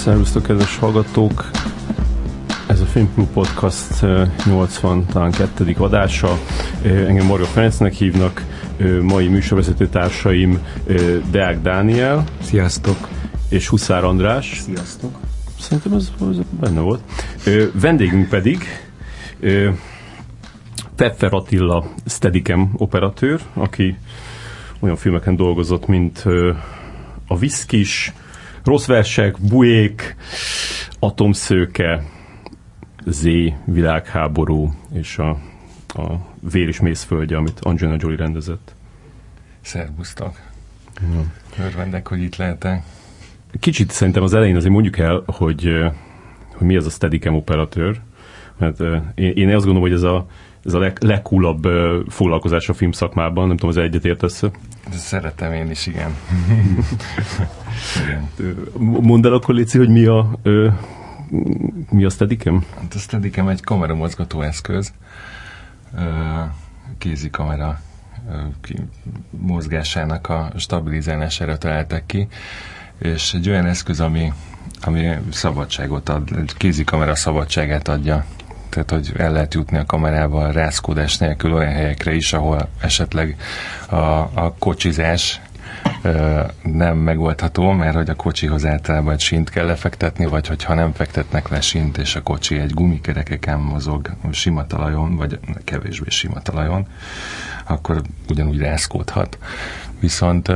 Szervusztok, kedves hallgatók! Ez a Filmklub Podcast 82. adása. Engem Marga Ferencnek hívnak, mai műsorvezető társaim Deák Dániel. Sziasztok! És Huszár András. Sziasztok! Szerintem ez benne volt. Vendégünk pedig Pfeffer Attila Steadicam operatőr, aki olyan filmeken dolgozott, mint a Viszkis, Rossz versek, Buék, Atomszőke, Z, Világháború és a Vér és mészföldje, amit Angelina Jolie rendezett. Szervusztok! Örvendek, hogy itt lehetek. Kicsit szerintem az elején azért mondjuk el, hogy mi az a Steadicam operatőr, mert én azt gondolom, hogy ez a legcoolabb foglalkozás a filmszakmában, nem tudom, az egyet értesz? Szeretem én is, igen. Mondd el akkor, Léci, hogy mi a Steadicam? A Steadicam egy kameramozgató eszköz, kézikamera mozgásának a stabilizálására találták ki, és egy olyan eszköz, ami szabadságot ad, kézikamera szabadságát adja. Tehát, hogy el lehet jutni a kamerával rázkódás nélkül olyan helyekre is, ahol esetleg a kocsizás nem megoldható, mert hogy a kocsihoz általában egy sínt kell lefektetni, vagy hogyha nem fektetnek le sínt, és a kocsi egy gumikerekeken mozog sima talajon, vagy kevésbé sima talajon, akkor ugyanúgy rázkódhat. Viszont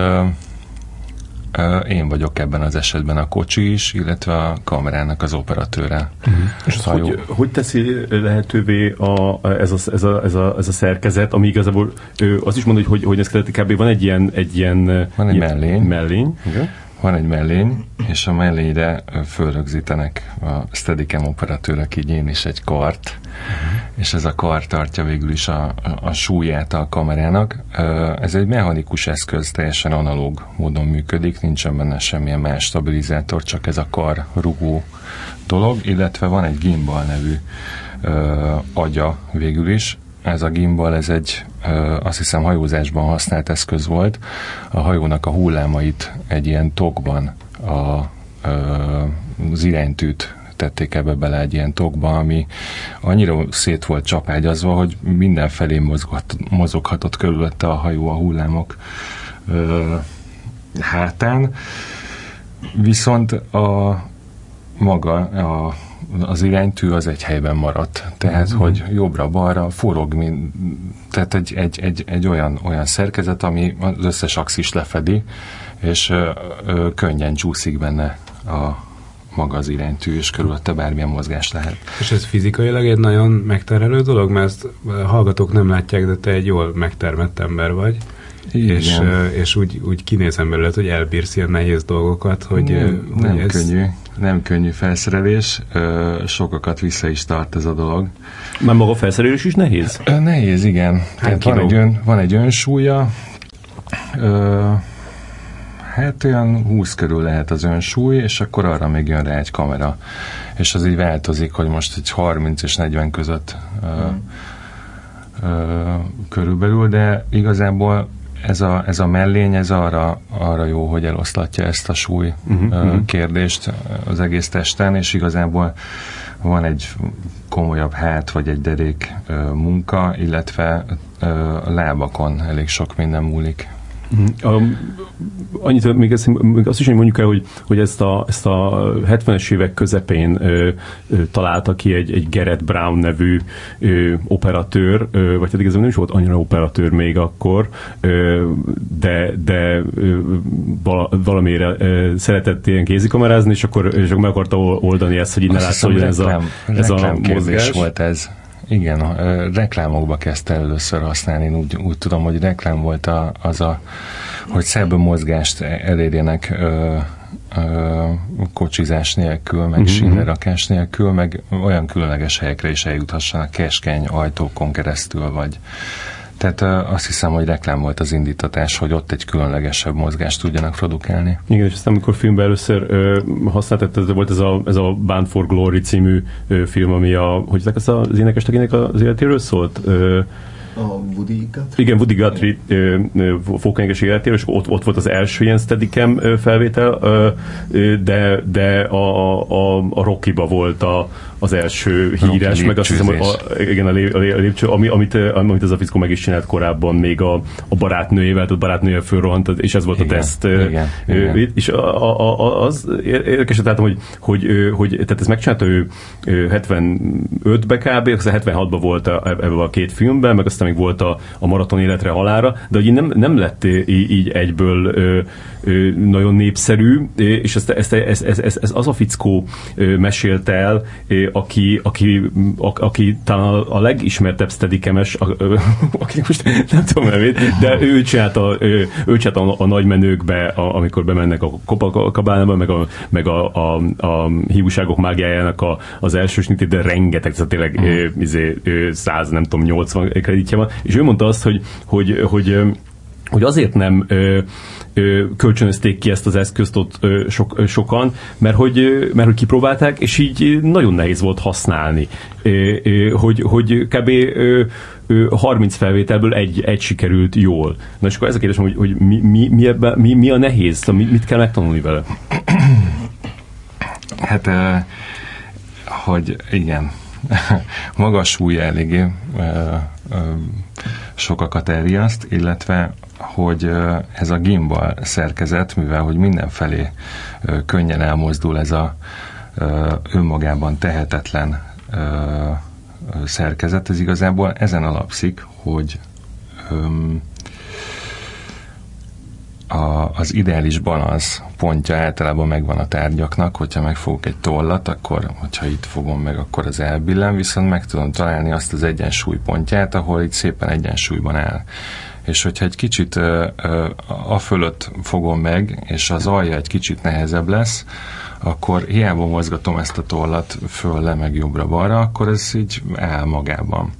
én vagyok ebben az esetben a kocsi is, illetve a kamerának az operatőre. És hogy teszi lehetővé ez a szerkezet, ami igazából azt is mondod, hogy ez kb. Van egy ilyen van egy mellény. Igen. Van egy mellény, és a mellényre fölrögzítenek a Steadicam operatőrök igényén is egy kart, és ez a kar tartja végül is a súlyát a kamerának. Ez egy mechanikus eszköz, teljesen analóg módon működik, nincsen benne semmilyen más stabilizátor, csak ez a kar rugó dolog, illetve van egy gimbal nevű agya végül is. Ez a gimbal, ez egy azt hiszem hajózásban használt eszköz volt. A hajónak a hullámait egy ilyen tokban az iránytűt tették ebbe bele egy ilyen tokba, ami annyira szét volt csapágyazva, hogy mindenfelé mozoghatott körülötte a hajó a hullámok hátán. Viszont az iránytű az egy helyben maradt. Tehát, hogy jobbra-balra forog, tehát egy olyan szerkezet, ami az összes axis lefedi, és könnyen csúszik benne maga az iránytű, és körülötte bármilyen mozgás lehet. És ez fizikailag egy nagyon megterhelő dolog, mert ezt hallgatók nem látják, de te egy jól megtermett ember vagy. És úgy kinézem belőle, hogy elbírsz ilyen nehéz dolgokat, hogy nem könnyű felszerelés, sokakat vissza is tart ez a dolog. Már maga a felszerelés is nehéz? Nehéz, igen. Tehát van egy önsúlya, hát olyan 20 körül lehet az önsúly, és akkor arra még jön rá egy kamera. És az így változik, hogy most egy 30 és 40 között körülbelül, de igazából ez a mellény, ez arra jó, hogy eloszlatja ezt a súly kérdést az egész testen, és igazából van egy komolyabb hát, vagy egy derék munka, illetve a lábakon elég sok minden múlik. Annyit még azt is mondjuk el, hogy ezt a 70-es évek közepén találta ki egy Garrett Brown nevű operatőr, vagy tehát igazából nem is volt annyira operatőr még akkor, de valamire szeretett ilyen kézikamerázni, és akkor meg akarta oldani ezt, hogy innen látszódjon ez a mozgás. Volt ez. Igen, reklámokba kezdte először használni. Én úgy tudom, hogy reklám volt hogy szebb mozgást elérjenek kocsizás nélkül, meg sínlerakás nélkül, meg olyan különleges helyekre is eljuthassanak keskeny ajtókon keresztül, vagy tehát azt hiszem, hogy reklám volt az indítatás, hogy ott egy különlegesebb mozgást tudjanak produkálni. Igen, és aztán amikor filmben először használtak, volt ez a Bound for Glory című film, ami hogy az énekesnek az életéről szólt? A Woody Guthrie? Igen, Woody Guthrie Fókanyegés életéről, és ott volt az első ilyen Steadicam felvétel, de a Rocky-ba volt az első híres, meg azt hiszem, igen, a lépcső, amit az a fickó meg is csinált korábban, még a barátnőjével, tehát a barátnője fölrohant, és ez volt a teszt. Igen. És az érdekes, láttam, hogy tehát ezt megcsinálta ő 75-be kb., aztán 76-ban volt ebben a két filmben, meg aztán még volt a Maraton életre halálra, de hogy nem lett így egyből nagyon népszerű, és ezt az a fickó mesélte el, aki talán a legismertebb steadicames, aki most nem tudom nevét, de ő csinálta a nagymenőkbe, amikor bemennek a Copacabánába, meg a hívúságok mágiájának az első snitét, de rengeteg, tehát tényleg 100, nem tudom, 80 kreditje van, és ő mondta azt, hogy azért nem kölcsönözték ki ezt az eszközt ott sokan, mert hogy kipróbálták, és így nagyon nehéz volt használni. Hogy kb. 30 felvételből egy sikerült jól. Na és akkor ez a kérdésem, hogy mi a nehéz? Mit kell megtanulni vele? Hát, hogy igen, magas súlya eléggé sokakat elriaszt, illetve hogy ez a gimbal szerkezet, mivel hogy mindenfelé könnyen elmozdul ez a önmagában tehetetlen szerkezet, ez igazából ezen alapszik, hogy az ideális balansz pontja általában megvan a tárgyaknak, hogyha megfogok egy tollat, akkor, hogyha itt fogom meg, akkor az elbillen, viszont meg tudom találni azt az egyensúlypontját, ahol itt szépen egyensúlyban áll. És hogyha egy kicsit a fölött fogom meg, és az alja egy kicsit nehezebb lesz, akkor hiába mozgatom ezt a tollat föl-le, meg jobbra-balra, akkor ez így áll magában.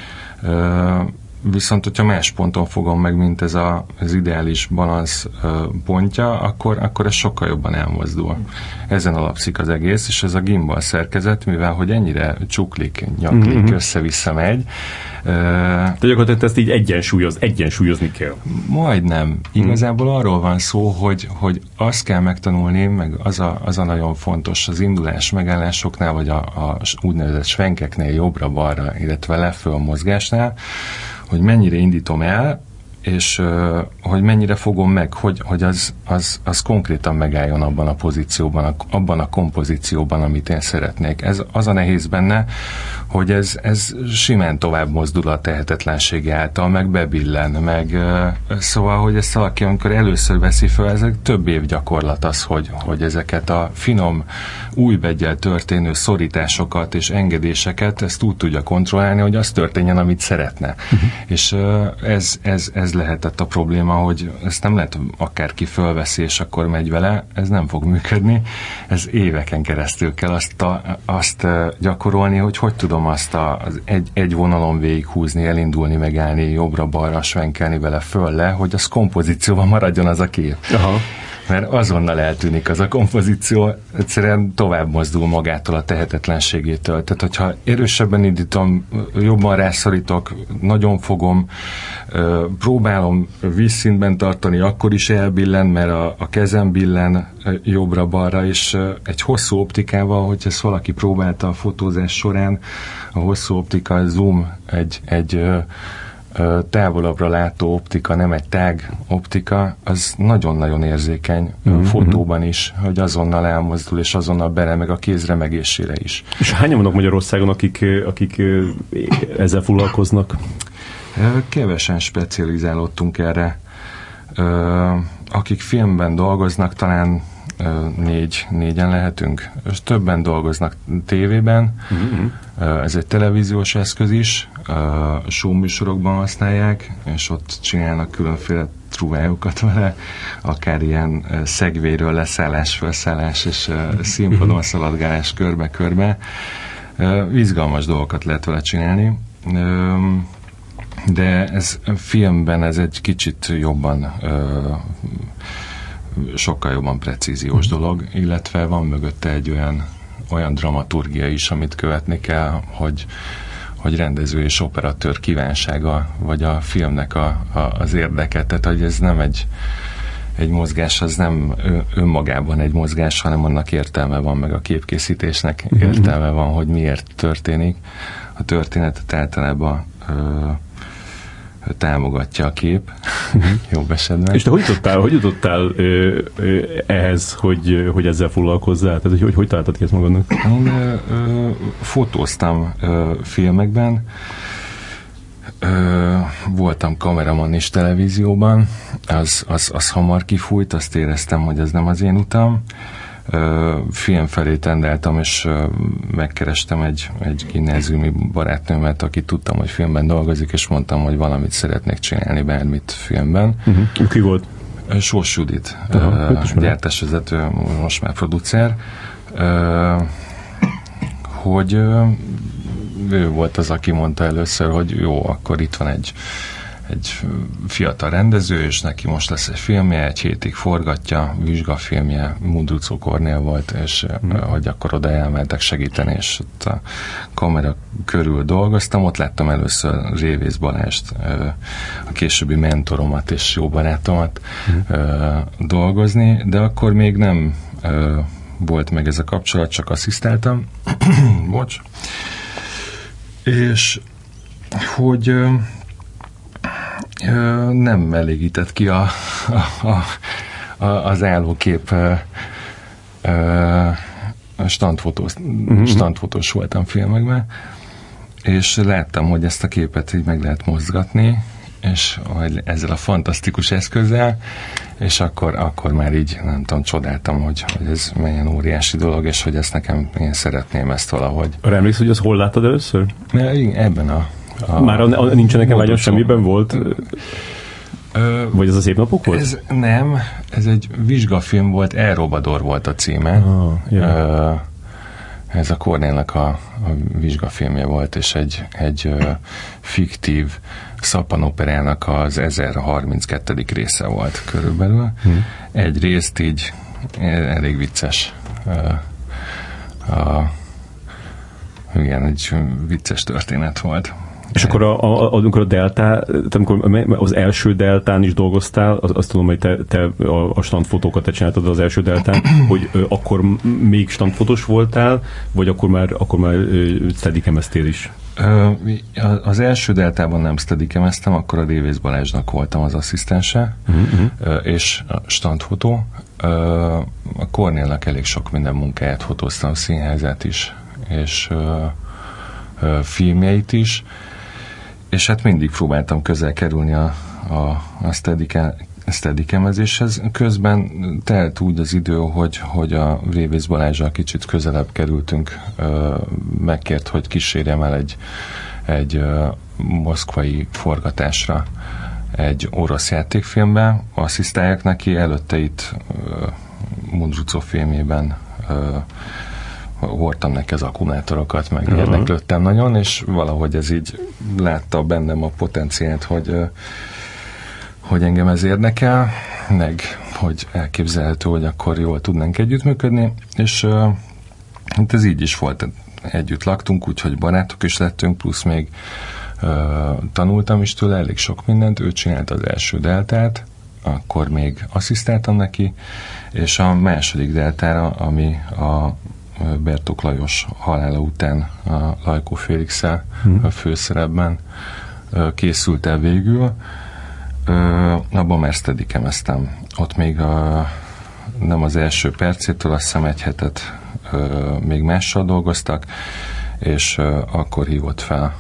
Viszont, hogyha más ponton fogom meg, mint ez az ideális balansz pontja, akkor ez sokkal jobban elmozdul. Ezen alapszik az egész, és ez a gimbal szerkezet, mivel hogy ennyire csuklik, nyaklik, össze-vissza megy. De gyakorlatilag ezt így egyensúlyozni kell. Majdnem. Igazából arról van szó, hogy azt kell megtanulni, meg az a nagyon fontos az indulás megállásoknál, vagy a úgynevezett svenkeknél jobbra-balra, illetve leföl mozgásnál, hogy mennyire indítom el, és hogy mennyire fogom meg, hogy az konkrétan megálljon abban a pozícióban, abban a kompozícióban, amit én szeretnék. Ez az a nehéz benne, hogy ez simán tovább mozdul a tehetetlensége által, meg bebillen, meg szóval, hogy ezt valaki, amikor először veszi fel, ez több év gyakorlat az, hogy ezeket a finom, újbeggyel történő szorításokat és engedéseket, ezt úgy tudja kontrollálni, hogy az történjen, amit szeretne. És ez lehetett a probléma, hogy ezt nem lehet akárki fölveszi, és akkor megy vele, ez nem fog működni. Ez éveken keresztül kell azt gyakorolni, hogy tudom azt egy vonalon végighúzni, elindulni, megállni, jobbra-balra, svenkelni vele föl-le, hogy az kompozícióban maradjon az a kép. Aha. Mert azonnal eltűnik az a kompozíció, egyszerűen tovább mozdul magától a tehetetlenségétől. Tehát, hogyha erősebben indítom, jobban rászorítok, nagyon fogom, próbálom vízszintben tartani, akkor is elbillen, mert a kezem billen jobbra-balra, és egy hosszú optikával, hogyha ezt valaki próbálta a fotózás során, a hosszú optika, a zoom egy távolabbra látó optika, nem egy tág optika, az nagyon-nagyon érzékeny fotóban is, hogy azonnal elmozdul, és azonnal beremeg a kézremegésére is. És hányan vannak Magyarországon, akik ezzel foglalkoznak? Kevesen specializálódtunk erre. Akik filmben dolgoznak, talán négyen lehetünk. És többen dolgoznak tévében. Ez egy televíziós eszköz is. Show műsorokban használják, és ott csinálnak különféle truvályokat vele, akár ilyen szegvéről leszállás, felszállás, és színpadon szaladgálás körbe-körbe. Izgalmas dolgokat lehet vele csinálni. De ez filmben ez egy kicsit jobban sokkal jobban precíziós dolog, illetve van mögötte egy olyan dramaturgia is, amit követni kell, hogy hogy rendező és operatőr kívánsága, vagy a filmnek az érdeke. Tehát, hogy ez nem egy mozgás, az nem önmagában egy mozgás, hanem annak értelme van, meg a képkészítésnek értelme van, hogy miért történik. A történetet általában támogatja a kép, jobb esetben. És te hogy jutottál ehhez, hogy ezzel foglalkozzál? Tehát, hogy találtad ki ezt magadnak? Én fotóztam filmekben, voltam kameraman is televízióban, az hamar kifújt, azt éreztem, hogy ez nem az én utam. Film felé tendeltem, és megkerestem egy gimnáziumi barátnőmet, aki tudtam, hogy filmben dolgozik, és mondtam, hogy valamit szeretnék csinálni, bármit filmben. Ki volt? Sós Judit, gyártásvezető, most már producer, hogy ő volt az, aki mondta először, hogy jó, akkor itt van egy fiatal rendező, és neki most lesz egy filmje, egy hétig forgatja, vizsgafilmje, Mundruczó Kornél volt, és hogy akkor oda elmentek segíteni, és ott a kamera körül dolgoztam, ott láttam először Révész Balást, a későbbi mentoromat és jó barátomat dolgozni, de akkor még nem volt meg ez a kapcsolat, csak asszisztáltam. Bocs. És hogy nem elégített ki az állókép. Standfotós voltam filmekben, és láttam, hogy ezt a képet így meg lehet mozgatni, és ezzel a fantasztikus eszközzel, és akkor már így, nem tudom, csodáltam, hogy ez milyen óriási dolog, és hogy ezt nekem, én szeretném ezt valahogy. Arra emlékszel, hogy azt hol láttad először? Ebben már Nincs nekem vágyam semmiben volt? Vagy ez a Szép napok volt? Ez egy vizsgafilm volt, El Robador volt a címe. Ez a Kornélnak a vizsgafilmje volt, és egy fiktív szappanoperának az 1032. része volt körülbelül. Egy részt így elég vicces. Igen, egy vicces történet volt. És akkor amikor a Delta, amikor az első Deltán is dolgoztál, azt tudom, hogy te a standfotókat te csináltad az első Deltán, hogy akkor még standfotós voltál, vagy akkor már steadicameztél is? Az első Deltában nem steadicameztem, akkor a Révész Balázsnak voltam az asszisztense, és a standfotó. A Kornélnak elég sok minden munkáját fotóztam, színházát is, és filmjeit is, és hát mindig próbáltam közel kerülni a steadicamezéshez. Közben telt úgy az idő, hogy a Révész Balázsral kicsit közelebb kerültünk, megkért, hogy kísérjem el egy moszkvai forgatásra egy orosz játékfilmbe, asszisztálják neki, előtte itt Mundruczó filmjében hordtam neki az akkumulátorokat, meg érdeklődtem nagyon, és valahogy ez így látta bennem a potenciált, hogy engem ez érdekel, meg hogy elképzelhető, hogy akkor jól tudnánk együttműködni, és hát ez így is volt. Együtt laktunk, úgyhogy barátok is lettünk, plusz még tanultam is tőle elég sok mindent, ő csinálta az első Deltát, akkor még asszisztáltam neki, és a második Deltára, ami a Bertók Lajos halála után a Lajkó Félix-szel a főszerepben készült el végül. Abban már steadicameztem. Ott még nem az első percétől, azt hiszem egy hetet még mással dolgoztak, és akkor hívott fel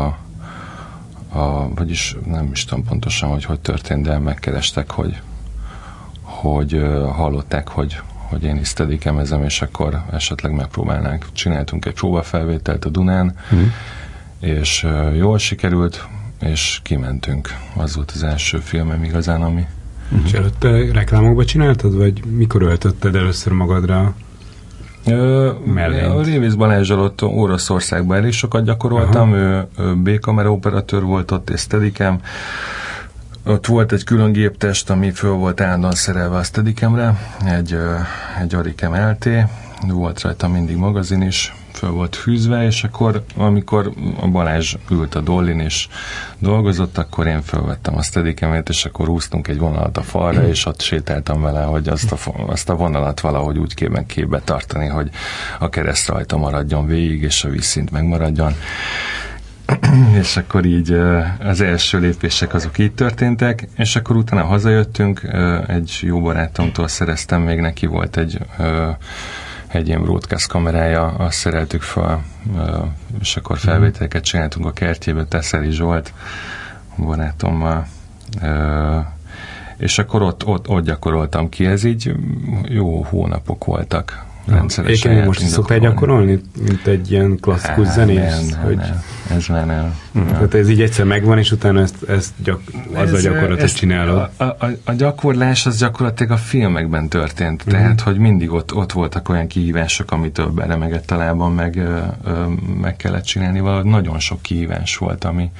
vagyis nem is tudom pontosan, hogy történt, de megkerestek, hogy hallották, hogy én is steadicamezem, és akkor esetleg megpróbálnánk. Csináltunk egy próbafelvételt a Dunán, és jól sikerült, és kimentünk. Az volt az első filmem igazán, ami... És előtte reklámokba csináltad, vagy mikor öltötted először magadra mellényt? A Révész Balázsral ott Oroszországban elég sokat gyakoroltam, ő B-kamera operatőr volt ott, és steadicam. Ott volt egy külön géptest, ami föl volt állandóan szerelve a steadicamre, egy Aricam LT, volt rajta mindig magazin is, föl volt fűzve, és akkor, amikor a Balázs ült a Dollin és dolgozott, akkor én fölvettem a Steadicam-ét, és akkor húztunk egy vonalat a falra, és ott sétáltam vele, hogy azt a vonalat valahogy úgy képbe tartani, hogy a kereszt rajta maradjon végig, és a vízszint megmaradjon. És akkor így az első lépések azok így történtek, és akkor utána hazajöttünk, egy jó barátomtól szereztem, még neki volt egy ilyen broadcast kamerája, azt szereltük fel, és akkor felvételeket csináltunk a kertjébe, Teszeli Zsolt barátommal, és akkor ott gyakoroltam ki, ez így jó hónapok voltak. Rendszeresen és most szoktál gyakorolni, mint egy ilyen klasszikus zenész? Ez már nem. Tehát ez így egyszer megvan, és utána ezt azzal gyakorlatot csinálod. A gyakorlás az gyakorlatilag a filmekben történt, tehát, hogy mindig ott voltak olyan kihívások, amitől beremegett a lábam, meg kellett csinálni, valahogy nagyon sok kihívás volt, ami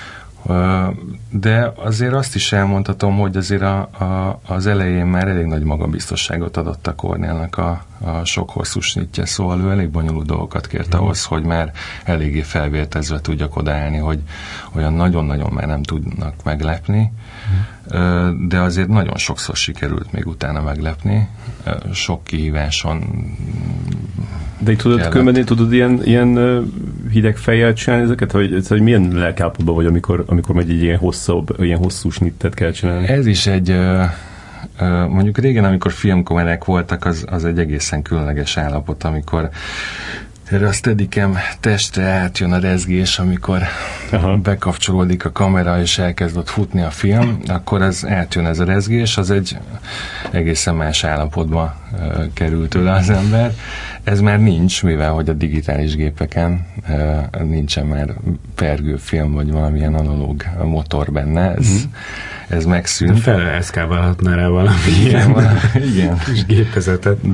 de azért azt is elmondhatom, hogy azért az elején már elég nagy magabiztosságot adott a Cornellnak a sok hosszú snitje, szóval ő elég bonyolult dolgokat kért ahhoz, hogy már eléggé felvértezve tudjak odaállni, hogy olyan nagyon-nagyon már nem tudnak meglepni, de azért nagyon sokszor sikerült még utána meglepni, sok kihíváson. De tudod ilyen hideg fejjel csinálni ezeket, hogy milyen lelkállapotban vagy, amikor megy egy ilyen hosszú snittet kell csinálni? Ez is egy mondjuk régen, amikor filmkamerák voltak, az egy egészen különleges állapot, amikor erre a Steadicam testre átjön a rezgés, amikor bekapcsolódik a kamera, és elkezd ott futni a film, akkor átjön ez a rezgés, az egy egészen más állapotba került tőle az ember. Ez már nincs, mivel hogy a digitális gépeken nincsen már pergőfilm, vagy valamilyen analóg motor benne. Ez megszűnt. Feleszkábálhatná rá valami ilyen kis gépezetet.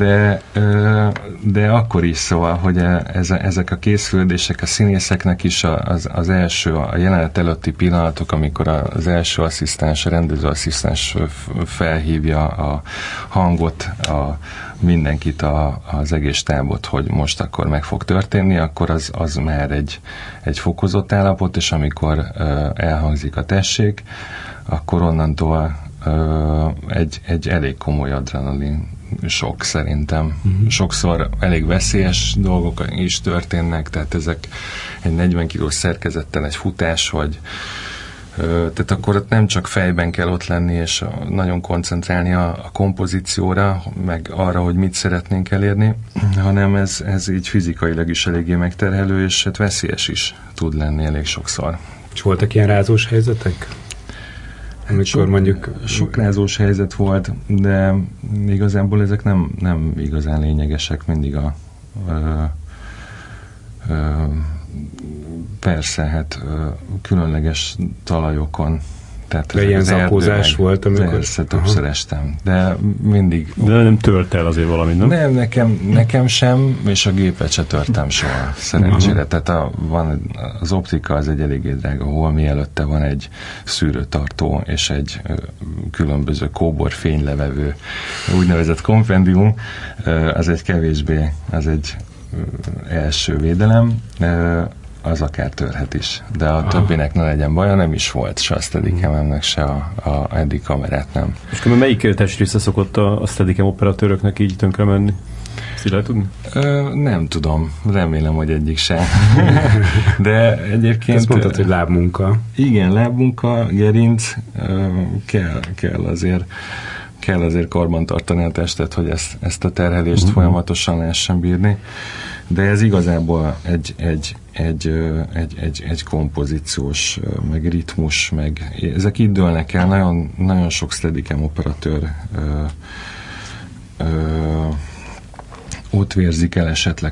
De akkor is, szóval, hogy ezek a készülődések a színészeknek is az első, a jelenet előtti pillanatok, amikor az első asszisztens, a rendezőasszisztens felhívja a hangot, mindenkit, az egész tábot, hogy most akkor meg fog történni, akkor az már egy fokozott állapot, és amikor elhangzik a tessék, akkor onnantól egy elég komoly adrenalin sok szerintem. Sokszor elég veszélyes dolgok is történnek, tehát ezek egy 40 kilós szerkezettel egy futás, vagy tehát akkor ott nem csak fejben kell ott lenni, és nagyon koncentrálni a kompozícióra, meg arra, hogy mit szeretnénk elérni, hanem ez így fizikailag is eléggé megterhelő, és hát veszélyes is tud lenni elég sokszor. És voltak ilyen rázós helyzetek? Amikor mondjuk... Sok rázós helyzet volt, de igazából ezek nem igazán lényegesek, mindig persze, hát különleges talajokon. Tehát de ilyen zakózás volt, amikor... Persze, többször estem. De mindig... De nem tört el azért valami, nem? Nem, nekem sem, és a gépet se törtem soha, szerencsére. Tehát az optika az egy eléggé drága, ahol mielőtte van egy szűrőtartó, és egy különböző kóbor fénylevevő úgynevezett kompendium, az egy kevésbé, az egy első védelem, az akár törhet is. De a többinek ne legyen baja, nem is volt se a Steadicam-emnek, se a eddig kamerát nem. És akkor melyik testrésze szokott a Steadicam operatőröknek így tönkre menni? Ezt lehet tudni? Nem tudom. Remélem, hogy egyik sem. De egyébként... Ezt mondtad, hogy lábmunka. Igen, lábmunka, gerinc, kell azért karbantartani a testet, hogy ezt a terhelést folyamatosan lehessen bírni. De ez igazából egy kompozíciós, meg ritmus, meg ezek így dőlnek el. Nagyon, nagyon sok Steadicam operatőr ott vérzik el esetleg,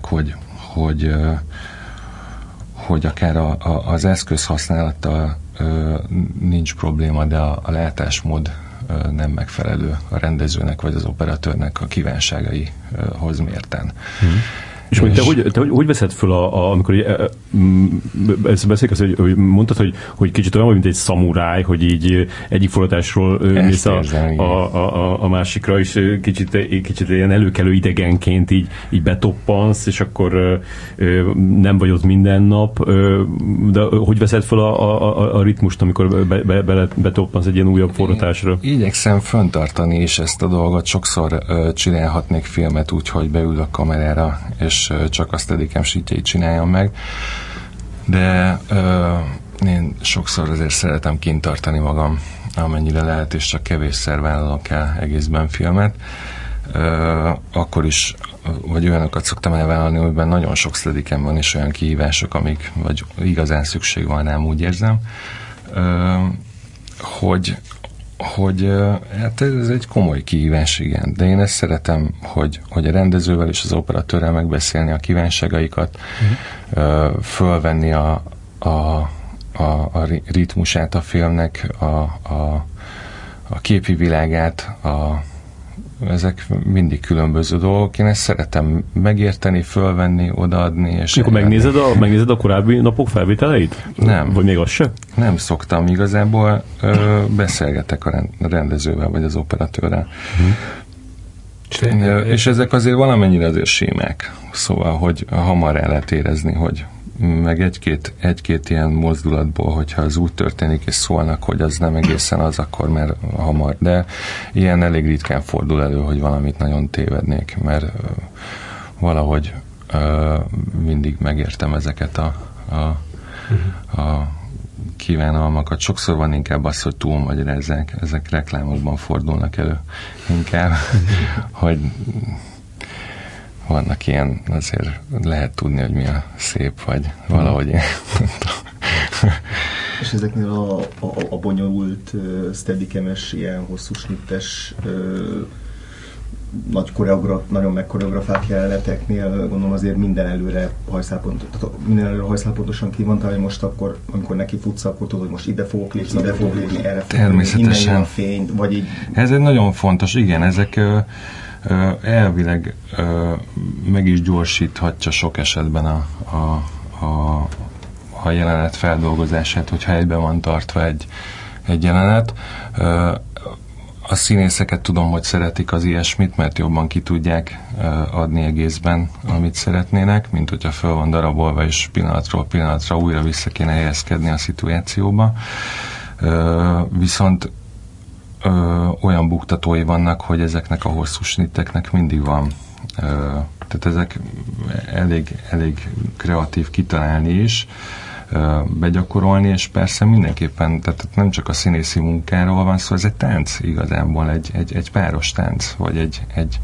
hogy akár az eszköz használattal nincs probléma, de a látásmód nem megfelelő a rendezőnek vagy az operatőrnek a kívánságaihoz mérten. És te hogy veszed föl, amikor ezt beszélsz, hogy mondtad, hogy kicsit olyan, mint egy szamuráj, hogy így egyik forgatásról mész a másikra, és kicsit ilyen előkelő idegenként így betoppansz, és akkor nem vagy ott minden nap, de hogy veszed föl a ritmust, amikor betoppansz egy ilyen újabb forgatásra? Igyekszem föntartani is ezt a dolgot, sokszor csinálhatnék filmet úgy, hogy beül a kamerára, és csak a Steadicam sheetjeit csináljam meg, de én sokszor azért szeretem kint tartani magam, amennyire lehet, és csak kevésszer vállalok el egészben filmet. Akkor is, vagy olyanokat szoktam elvállalni, amiben nagyon sok Steadicam van, és olyan kihívások, amik vagy igazán szükség van rám, úgy érzem, hogy hát ez egy komoly kihívás, igen, de én ezt szeretem, hogy a rendezővel és az operatőrrel megbeszélni a kívánságaikat, fölvenni a ritmusát a filmnek, a képi világát, ezek mindig különböző dolgok. Én ezt szeretem megérteni, fölvenni, odaadni. És akkor megnézed a korábbi napok felvételeit? Nem. Vagy még az se? Nem szoktam. Igazából beszélgetek a rendezővel, vagy az operatőrrel. És ezek azért valamennyire azért sémák. Szóval, hogy hamar el lehet érezni, hogy meg egy-két ilyen mozdulatból, hogyha az úgy történik, és szólnak, hogy az nem egészen az, akkor már hamar. De ilyen elég ritkán fordul elő, hogy valamit nagyon tévednék, mert valahogy mindig megértem ezeket a kívánalmakat. Sokszor van inkább az, hogy túlmagyarázzák, ezek reklámokban fordulnak elő inkább, hogy vannak ilyen, azért lehet tudni, hogy mi a szép, vagy valahogy én. És ezeknél a bonyolult steadicam-es, ilyen hosszú snittes, nagyon megkoreografált jeleneteknél gondolom azért minden előre hajszálpontosan ki van, hogy most akkor, amikor neki futsz, akkor tudod, hogy most ide fogok lépni, erre fogok természetesen. Innen a fény, vagy így. Ez egy nagyon fontos, igen, ezek elvileg meg is gyorsíthatja sok esetben a jelenet feldolgozását, hogyha egyben van tartva egy jelenet. A színészeket tudom, hogy szeretik az ilyesmit, mert jobban ki tudják adni egészben, amit szeretnének, mint hogyha föl van darabolva, és pillanatról pillanatra újra vissza kéne helyezkedni a szituációba. Viszont olyan buktatói vannak, hogy ezeknek a hosszú snitteknek mindig van. Tehát ezek elég kreatív kitalálni is, begyakorolni, és persze mindenképpen, tehát nem csak a színészi munkáról van szó, ez egy tánc igazából, egy páros tánc, vagy egy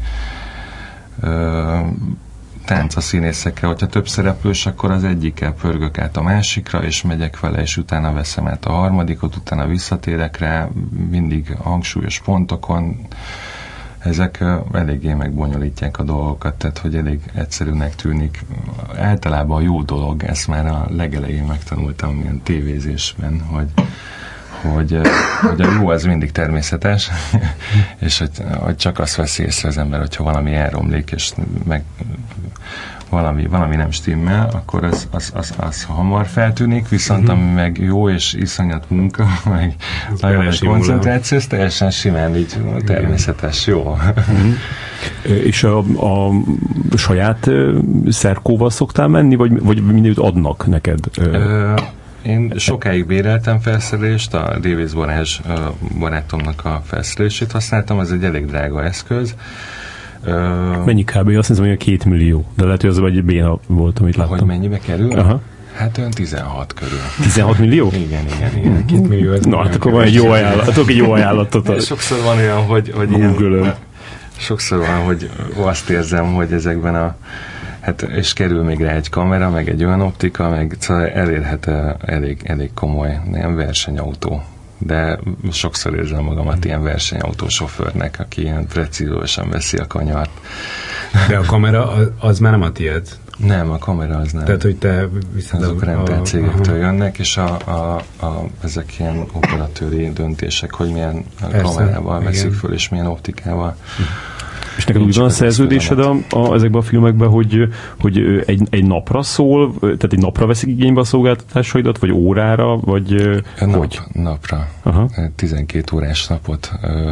tánc a színészekkel. Hogyha több szereplős, akkor az egyikkel pörgök át a másikra, és megyek vele, és utána veszem át a harmadikot, utána visszatérek rá, mindig hangsúlyos pontokon. Ezek eléggé megbonyolítják a dolgokat, tehát hogy elég egyszerűnek tűnik. Általában a jó dolog, ezt már a legelején megtanultam ilyen tévézésben, hogy a jó az mindig természetes, és hogy csak azt veszi észre az ember, hogyha valami elromlik, és meg valami nem stimmel, akkor az hamar feltűnik, viszont ami meg jó és iszonyat munka, meg nagyon koncentráció, ez teljesen simán így természetes, jó. És a saját szerkóval szoktál menni, vagy mindent adnak neked? Én sokáig béreltem felszerelést, a Davis Balázs barátomnak a felszerelését használtam, ez egy elég drága eszköz. Mennyi kb? Azt hiszem, hogy 2 millió, de lehet, hogy az vagy béna volt, amit láttam. Hogy mennyibe kerül? Aha. Hát olyan 16 körül. 16 millió? Igen. 2 millió. Na, hát akkor van egy jó ajánlatot. Sokszor van olyan, hogy ilyen, sokszor van, hogy azt érzem, hogy ezekben és kerül még rá egy kamera, meg egy olyan optika, meg szóval elérhet elég komoly, nem versenyautó. De sokszor érzem magamat ilyen versenyautósofőrnek, aki ilyen precízósan veszi a kanyart. De a kamera az már nem a tiéd? Nem, a kamera az nem. Tehát, hogy te viszed azok rendszercégektől jönnek, és ezek ilyen operatőri döntések, hogy milyen kamerával veszik föl, és milyen optikával. És neked úgy van a szerződésed ezekben a filmekben, hogy egy napra szól, tehát egy napra veszik igénybe a szolgáltatásaidat, vagy órára, vagy hogy? Napra. Aha. 12 órás napot.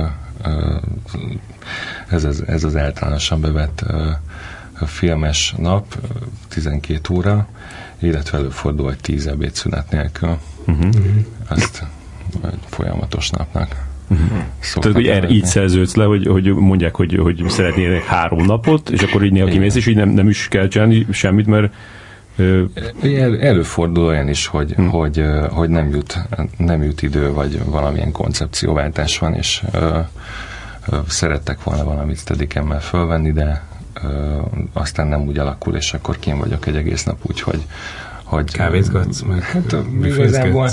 Ez az általánosan bevett filmes nap, 12 óra, illetve előfordul, hogy 10 ebédszünet nélkül. Azt folyamatos napnak. Tehát, hogy így szerződsz le, hogy mondják, hogy szeretnének 3 napot, és akkor így néha kimész, és így nem is kell csinálni semmit, mert előfordul olyan is, hogy nem jut idő, vagy valamilyen koncepcióváltás van, és szerettek volna valamit Steadicam-mel fölvenni, de aztán nem úgy alakul, és akkor kén vagyok egy egész nap úgy, hogy kávézgatsz meg? Hát igazából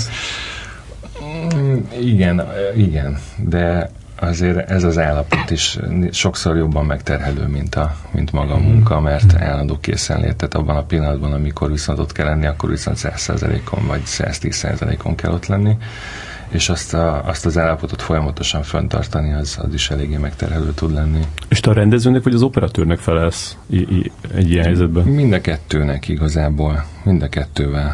igen, de azért ez az állapot is sokszor jobban megterhelő, mint maga a munka, mert állandó készenlét, tehát abban a pillanatban, amikor viszont ott kell lenni, akkor viszont 100%-on vagy 110%-on kell ott lenni, és azt az állapotot folyamatosan fenntartani, az is eléggé megterhelő tud lenni. És te a rendezőnek vagy az operatőrnek felelsz egy ilyen helyzetben? Mind a kettőnek igazából, mind a kettővel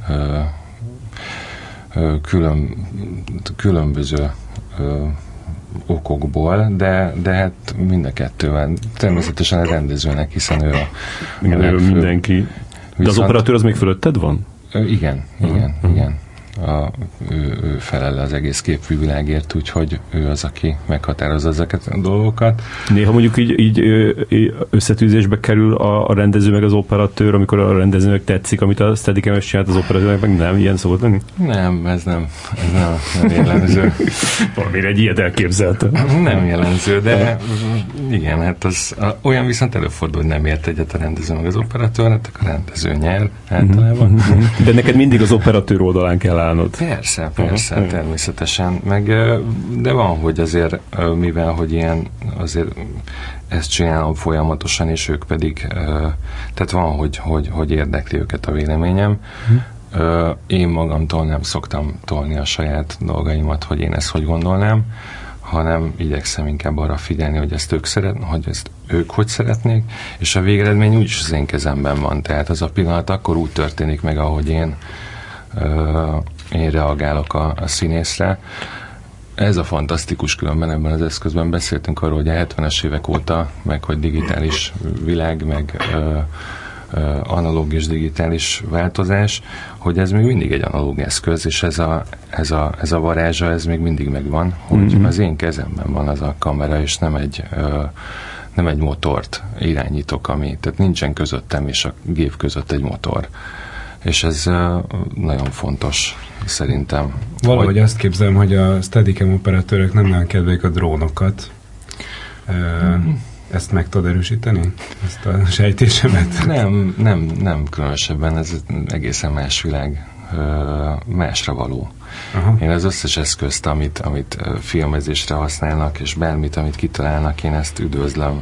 különböző okokból, de hát mind a kettővel. Természetesen a rendezőnek, hiszen ő mindenki. De az operatőr az még fölötted van? Igen. Ő felel az egész képvilágért, úgyhogy ő az, aki meghatározza ezeket a dolgokat. Néha mondjuk így összetűzésbe kerül a rendező meg az operatőr, amikor a rendezőnek tetszik, amit a Steadicam-es csinált, az operatőrnek meg nem, ilyen szokott lenni? Nem, ez nem jellemző. Valamire egy ilyet elképzeltem. Nem jellemző, de igen, hát olyan viszont előfordul, hogy nem ért egyet a rendező meg az operatőr, hát a rendező nyer általában. De neked mindig az operatőr oldalán kell állnod. Persze, természetesen. De van, hogy azért, mivel, hogy ilyen azért ezt csinálom folyamatosan, és ők pedig, tehát van, hogy érdekli őket a véleményem. Én magamtól nem szoktam tolni a saját dolgaimat, hogy én ezt hogy gondolnám, hanem igyekszem inkább arra figyelni, hogy ezt ők hogy szeretnék, és a végeredmény úgyis az én kezemben van. Tehát az a pillanat akkor úgy történik meg, ahogy én reagálok a színészre. Ez a fantasztikus, különben ebben az eszközben beszéltünk arról, hogy a 70-es évek óta, meg hogy digitális világ, meg analóg és digitális változás, hogy ez még mindig egy analóg eszköz, és ez a varázsa, ez még mindig megvan, hogy az én kezemben van az a kamera, és nem egy motort irányítok, tehát nincsen közöttem és a gép között egy motor. És ez nagyon fontos, szerintem. Valahogy azt képzelem, hogy a Steadicam operatőrök nem nagyon kedvelik a drónokat. Ezt meg tudod erősíteni? Ezt a sejtésemet? Nem különösebben, ez egészen más világ, másra való. Aha. Én az összes eszközt, amit filmezésre használnak, és bármit, amit kitalálnak, én ezt üdvözlöm,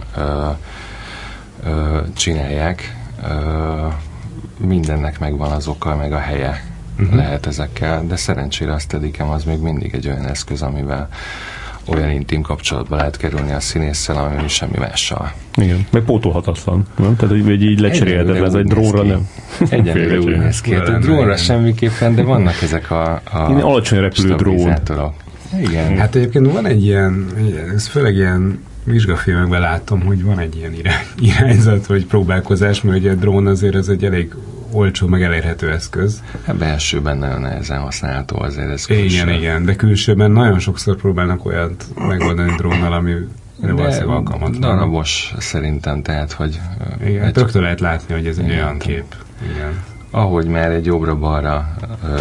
csinálják. Mindennek megvan az oka, meg a helye lehet ezekkel, de szerencsére a Steadicam az még mindig egy olyan eszköz, amivel olyan intim kapcsolatba lehet kerülni a színésszel, ami semmi mással. Igen, meg pótolhatatlan, nem? Tehát, hogy így lecserélheted, ez egy drónra nem. Egyenlőre úgy néz ki. A drónra semmiképpen, de vannak ezek a alacsony repülő drón. Igen. Hát egyébként van egy ilyen, ez főleg ilyen vizsgafilmekben látom, hogy van egy ilyen irányzat, vagy próbálkozás, mert ugye a drón azért ez egy elég olcsó, meg elérhető eszköz. Hát belsőben nagyon nehezen használható azért ez. Igen, de külsőben nagyon sokszor próbálnak olyat megoldani drónnal, ami valószínűleg alkalmatlan. Darabos szerintem, tehát, hogy... Igen, rögtön lehet látni, hogy ez egy olyan kép. Igen. Ahogy már egy jobbra-balra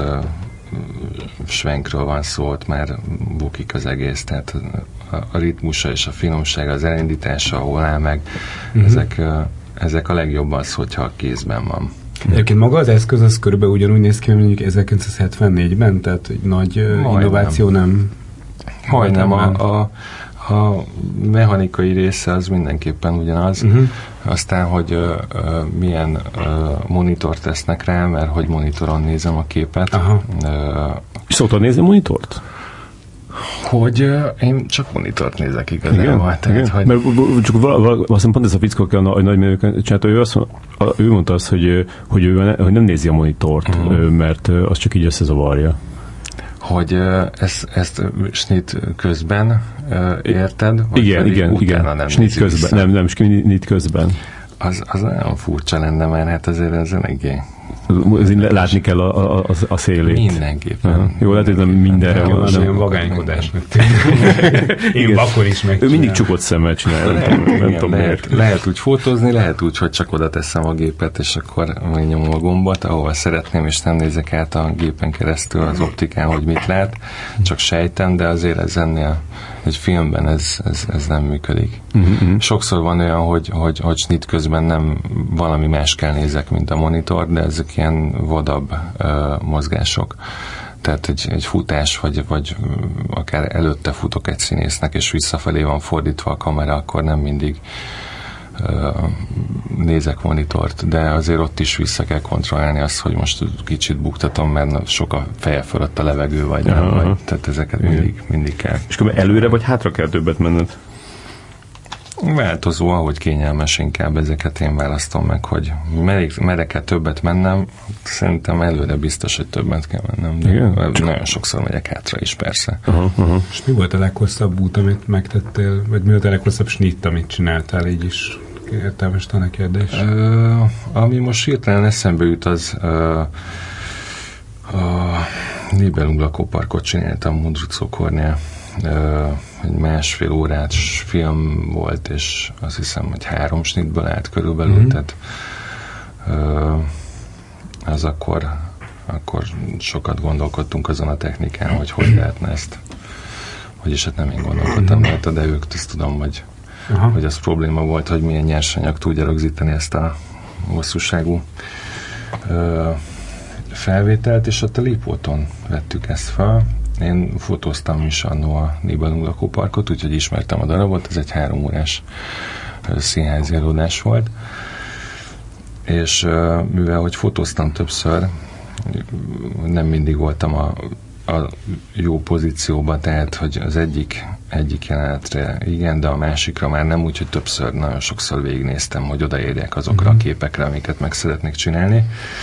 svenkről van szó, ott már bukik az egész, tehát a ritmusa és a finomsága, az elindítása, hol áll meg, ezek a legjobban szó, hogyha a kézben van. Egyébként maga az eszköz az körülbelül ugyanúgy néz ki, mondjuk 1974-ben, tehát egy nagy innováció nem... Majdnem. A mechanikai része az mindenképpen ugyanaz. Aztán, hogy milyen monitort tesznek rá, mert hogy monitoron nézem a képet. És szoktad nézni a monitort? Hogy én csak monitort nézek igazából. Igen? Hogy... Mert csak azt pont ez a fickó, aki a nagy menőket csinálta, ő mondta azt, hogy ő nem nézi a monitort, mert az csak így összezavarja. Hogy ezt snit közben érted? Igen. Snit közben. Nem, snit közben. Az nagyon furcsa lenne, mert hát azért ez eléggé... Látni kell a szélét. Mindenképpen. Jó, lehet, hogy nem mindenre van. Az olyan vagánykodásnak én vakon is megcsinálom. Ő mindig csukott szemmel csinálja. Nem tudom miért. Lehet úgy fotózni, lehet úgy, hogy csak oda teszem a gépet, és akkor megnyomom a gombot, ahol szeretném, és nem nézek át a gépen keresztül az optikán, hogy mit lát. Csak sejtem, de azért ez ennél egy filmben ez nem működik. Sokszor van olyan, hogy snit közben nem valami más kell nézek, mint a monitor, de ezek ilyen vadabb mozgások. Tehát egy futás, vagy akár előtte futok egy színésznek, és visszafelé van fordítva a kamera, akkor nem mindig nézek monitort, de azért ott is vissza kell kontrollálni azt, hogy most kicsit buktatom, mert sok a feje fölött a levegő, vagy nem, vagy, tehát ezeket mindig kell. És akkor előre vagy hátra kell többet menned? Változó, ahogy kényelmes, inkább ezeket én választom meg, hogy merek-e többet mennem, szerintem előre biztos, hogy többet kell mennem, de nagyon sokszor megyek hátra is, persze. És mi volt a leghosszabb út, amit megtettél, vagy mi volt a leghosszabb snitt, amit csináltál, így is értelmes a kérdés? Ami most hirtelen eszembe jut, az a Nibelunglakóparkot csináltam Mundrucókornél. Egy 1,5 órás film volt, és azt hiszem, hogy 3 snitből állt körülbelül, tehát az akkor sokat gondolkodtunk azon a technikán, hogy lehetne ezt. Vagyis hát nem én gondolkodtam rajta, de ők ezt tudom, hogy az probléma volt, hogy milyen nyersanyag tudja rögzíteni ezt a hosszúságú felvételt, és ott a Lipóton vettük ezt fel. Én fotóztam is annó a Nibelunglakóparkot, úgyhogy ismertem a darabot, ez egy 3 órás színházi előadás volt. És mivel, hogy fotóztam többször, nem mindig voltam a jó pozícióban, tehát, hogy az egyik jelenetre igen, de a másikra már nem, úgyhogy többször, nagyon sokszor végignéztem, hogy odaérjek azokra a képekre, amiket meg szeretnék csinálni.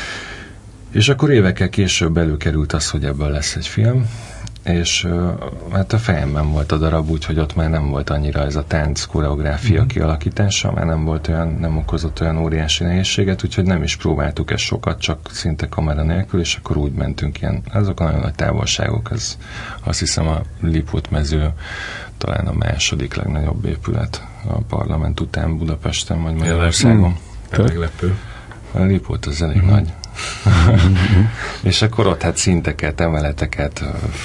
És akkor évekkel később előkerült az, hogy ebből lesz egy film, és hát a fejemben volt a darab, úgyhogy ott már nem volt annyira ez a tánc koreográfia kialakítása, már nem okozott olyan óriási nehézséget, úgyhogy nem is próbáltuk ezt sokat, csak szinte kamera nélkül, és akkor úgy mentünk ilyen, azok a nagyon nagy távolságok, azt hiszem a Lipót mező talán a második legnagyobb épület a Parlament után Budapesten vagy Magyarországon. Meglepő. A Lipót az elég nagy. És akkor ott hát szinteket, emeleteket,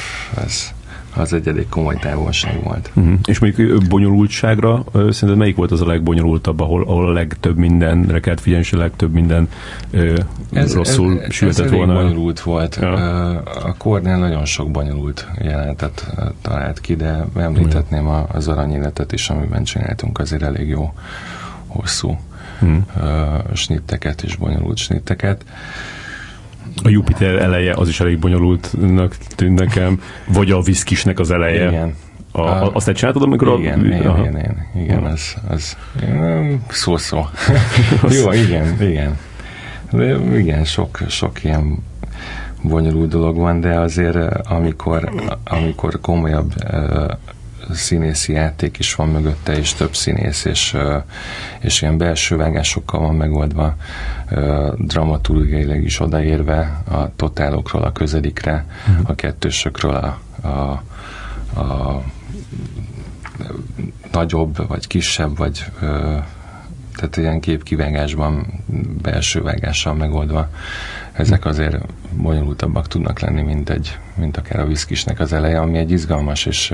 az egy elég komoly távolság volt. És mondjuk bonyolultságra szerinted melyik volt az a legbonyolultabb, ahol a legtöbb mindenre kellett figyelni, és a legtöbb minden rosszul sültett volna? Ez bonyolult volt. Ja. A Kornél nagyon sok bonyolult jelenetet talált ki, de említhetném az Aranyéletet is, amiben csináltunk azért elég jó hosszú snitteket és bonyolult snitteket. A Jupiter eleje az is elég bonyolultnak tűnt nekem, vagy a Viszkisnek az eleje. Igen. Azt te csináltad, amikor... Igen, az szó-szó. Jó, igen. De igen, sok ilyen bonyolult dolog van, de azért amikor komolyabb színészi játék is van mögötte, és több színész, és ilyen belső vágásokkal van megoldva, dramaturgiailag is odaérve a totálokról a közedikre, a kettősökről a nagyobb, vagy kisebb, vagy tehát ilyen képkivágásban belső vágással megoldva. Ezek azért bonyolultabbak tudnak lenni, mint akár a Viszkisnek az eleje, ami egy izgalmas, és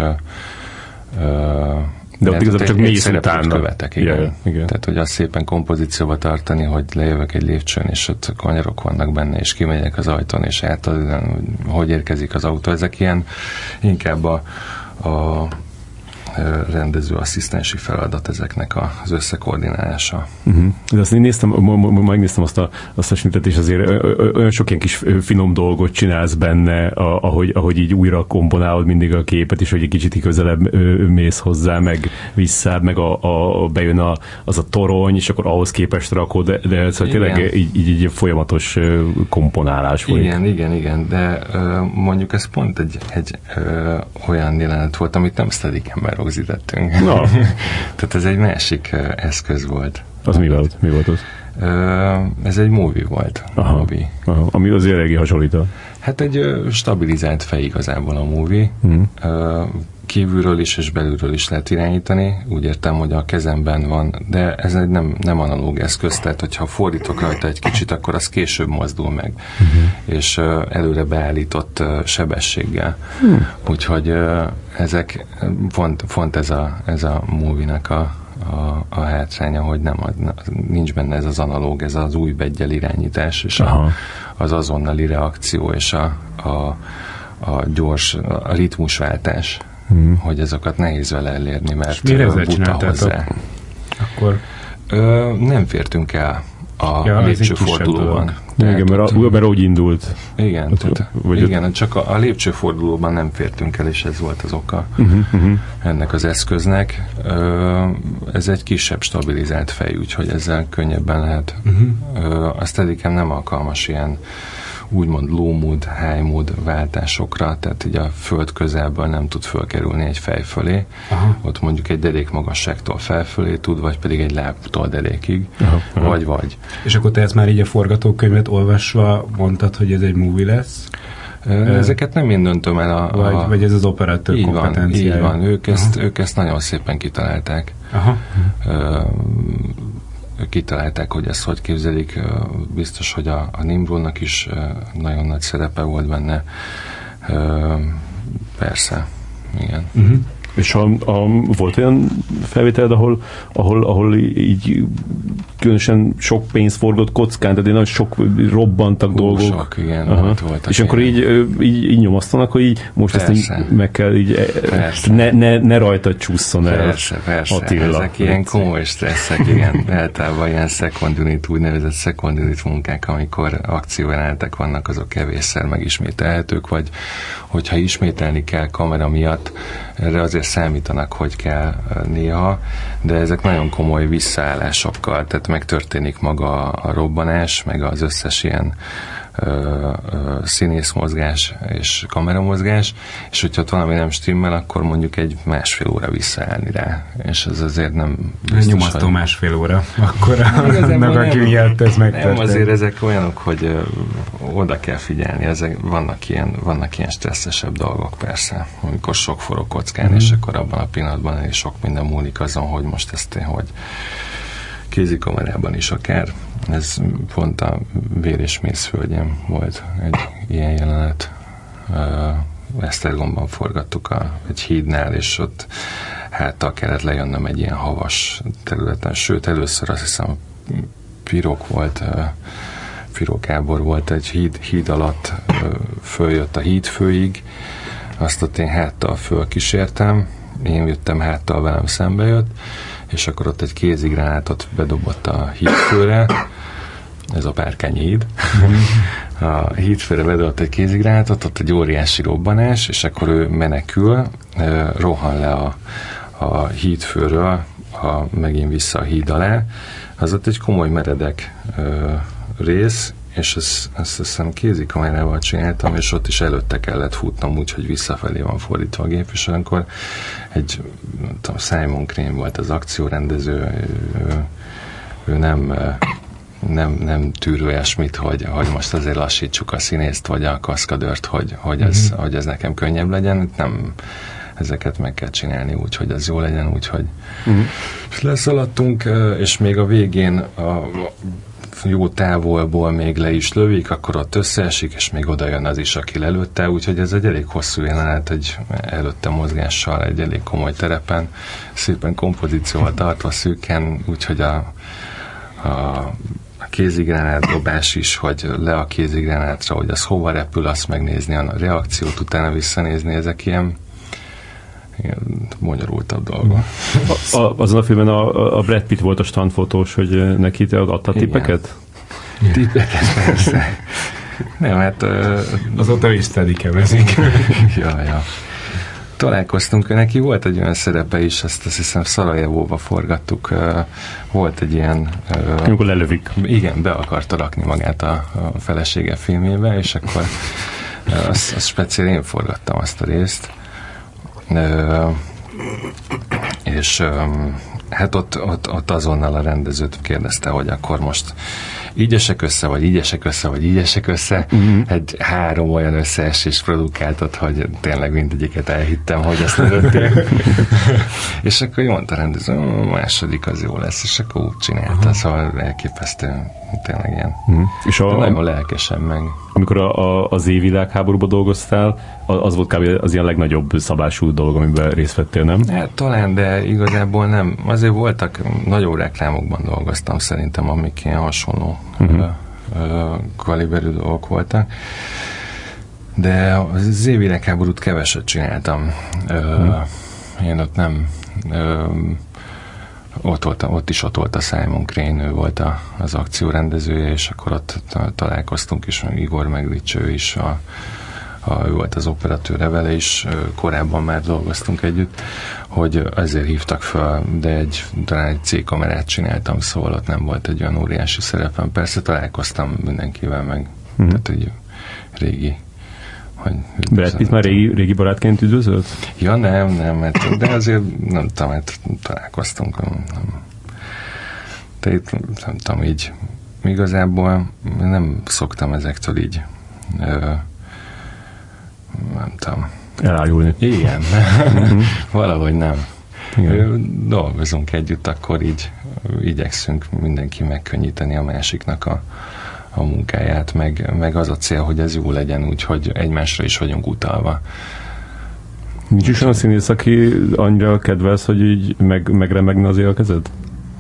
de ott igazából csak mélysz utána. Követek, igen. Tehát, hogy azt szépen kompozícióba tartani, hogy lejövök egy lépcsőn, és ott kanyarok vannak benne, és kimegyek az ajtón, és hogy érkezik az autó. Ezek ilyen inkább a rendezőasszisztensi feladat ezeknek az összekoordinálása. De azt én megnéztem azt a snitet, és azért olyan sok ilyen kis finom dolgot csinálsz benne, ahogy így újra komponálod mindig a képet, és hogy egy kicsit közelebb mész hozzá, meg vissza, meg bejön az a torony, és akkor ahhoz képest rakod, de szóval tényleg így folyamatos komponálás volt. Igen, de mondjuk ez pont egy olyan jelenet volt, amit nem Steadicam-ben rögzítettünk. No. Tehát ez egy másik eszköz volt. Az mi volt az? Ez egy movie volt. Aha, ami azért eléggé hasonlít. Hát egy stabilizált fej igazából a movie. Kívülről is és belülről is lehet irányítani. Úgy értem, hogy a kezemben van, de ez egy nem analóg eszköz, tehát hogyha fordítok rajta egy kicsit, akkor az később mozdul meg. És előre beállított sebességgel. Úgyhogy ezek pont ez a movie-nek a hátránya, hogy nincs benne ez az analóg, ez az új beggyel irányítás, és az azonnali reakció, és a gyors, a ritmusváltás, hogy ezeket nehéz vele elérni, mert buta hozzá. Akkor nem fértünk el a lépcsőfordulóban. Igen, mert úgy indult. Igen, csak a lépcsőfordulóban nem fértünk el, és ez volt az oka ennek az eszköznek. Ez egy kisebb stabilizált fej, úgyhogy ezzel könnyebben lehet. A Steadicam nem alkalmas ilyen úgymond low mood, high mood váltásokra, tehát így a föld közelből nem tud fölkerülni egy fej fölé. Ott mondjuk egy derék magasságtól felfölé tud, vagy pedig egy lábtól derékig, vagy. És akkor te ezt már így a forgatókönyvet olvasva mondtad, hogy ez egy movie lesz? Ezeket nem én döntöm el vagy ez az operatőr kompetenciája? Így van. Ők ezt nagyon szépen kitalálták. Kitalálták, hogy ezt hogy képzelik. Biztos, hogy a Nimrodnak is nagyon nagy szerepe volt benne. Persze, igen. És volt olyan felvételed, ahol így különösen sok pénz forgott kockán, tehát nagyon sok robbantak dolgok. Sok, igen, voltak. És akkor így nyomasztanak, hogy így most persze. Ezt így meg kell így ne rajtad csúszson el. Persze. Attila. Ezek ilyen komoly stresszek, igen. Általában ilyen second unit, úgynevezett second unit munkák, amikor akciójelenetek vannak, azok kevésszer megismételhetők, vagy hogyha ismételni kell kamera miatt, erre azért számítanak, hogy kell néha, de ezek nagyon komoly visszaállásokkal, tehát megtörténik maga a robbanás, meg az összes ilyen színészmozgás és kameramozgás, és hogyha ott valami nem stimmel, akkor mondjuk egy másfél óra visszaállni rá, és ez azért nem biztos, nyomasztó hogy... másfél óra, akkor annak, aki miatt ez megtörtént. Nem, azért ezek olyanok, hogy oda kell figyelni, ezek vannak ilyen stresszesebb dolgok persze, amikor sok forog kockán, és akkor abban a pillanatban és sok minden múlik azon, hogy most ezt hogy kézikamerában is akár. Ez pont a Vér és Mész földjén volt egy ilyen jelenet. Esztergomban forgattuk egy hídnál, és ott háttal kellett lejönnöm egy ilyen havas területen. Sőt, először azt hiszem Pirokábor volt egy híd alatt, följött a hídfőig, azt ott én háttal fölkísértem, én jöttem háttal, velem szembe jött, és akkor ott egy kézigránátot bedobott a hídfőre, ez a Párkányi híd. A hídfőre bedobott egy kézigránátot, ott egy óriási robbanás, és akkor ő menekül, rohan le a hídfőről, megint vissza a híd alá. Az ott egy komoly meredek rész, és ezt hiszem kézikamerával csináltam, és ott is előtte kellett futnom úgy, hogy visszafelé van fordítva a gép, és akkor Simon Crane volt az akciórendező, ő nem tűr olyasmit, hogy most azért lassítsuk a színészt, vagy a kaszkadőrt, hogy ez nekem könnyebb legyen, nem, ezeket meg kell csinálni úgy, hogy ez jó legyen, úgyhogy leszaladtunk, és még a végén jó távolból még le is lövik, akkor ott összeesik, és még oda jön az is, aki lelőtte, úgyhogy ez egy elég hosszú jelenet, egy előtte mozgással, egy elég komoly terepen, szépen kompozícióval tartva szűken, úgyhogy a kézigránát dobás is, hogy le a kézigránátra, hogy az hova repül, azt megnézni, a reakciót utána visszanézni, ezek ilyen ilyen bonyolultabb dolga. Azon a filmen a Brad Pitt volt a standfotós, hogy neki te adta tippeket? Tippeket, persze. Nem, hát... Azóta is steadikemezik. Ja. Találkoztunk, neki volt egy olyan szerepe is, azt hiszem Szarajevóba forgattuk, volt egy ilyen... Amikor lelövik. Igen, be akarta rakni magát a felesége filmjébe, és akkor azt speciál én forgattam azt a részt. És hát ott azonnal a rendezőt kérdezte, hogy akkor most így esek össze, vagy így esek össze, vagy így esek össze. Egy 3 olyan összeesést produkáltat, hogy tényleg mindegyiket elhittem, hogy ezt lőtték. És akkor mondta a rendező, a második az jó lesz, és akkor úgy csinálta, szóval elképesztő, tényleg ilyen. És nagyon lelkesen meg. Amikor az évvilágháborúba dolgoztál, az volt kb. Az ilyen legnagyobb szabású dolog, amiben részt vettél, nem? Hát talán, de igazából nem. Azért voltak, nagyobb reklámokban dolgoztam szerintem, amik ilyen hasonló kaliberű dolgok voltak. De az évvilágháborút keveset csináltam. Én ott nem... Ott is volt a Simon Crane, ő volt az akciórendezője, és akkor ott találkoztunk, és Igor Meglics, ő is ő volt az operatőre, vele is korábban már dolgoztunk együtt, hogy ezért hívtak fel, de talán egy C-kamerát csináltam, szóval ott nem volt egy olyan óriási szerepem. Persze találkoztam mindenkivel, meg tehát egy régi. Brad Pitt már régi barátként üdvözölt? Ja, nem, de azért nem tudom, hát találkoztunk. De itt nem tudom, így igazából nem szoktam ezektől így nem tudom. Elájulni. Igen. Valahogy nem. Dolgozunk együtt, akkor így igyekszünk mindenki megkönnyíteni a másiknak a munkáját, meg az a cél, hogy ez jó legyen, úgyhogy egymásra is vagyunk utalva. Nincs is olyan színész, aki annyira kedvelsz, hogy így megremegne az élkezed?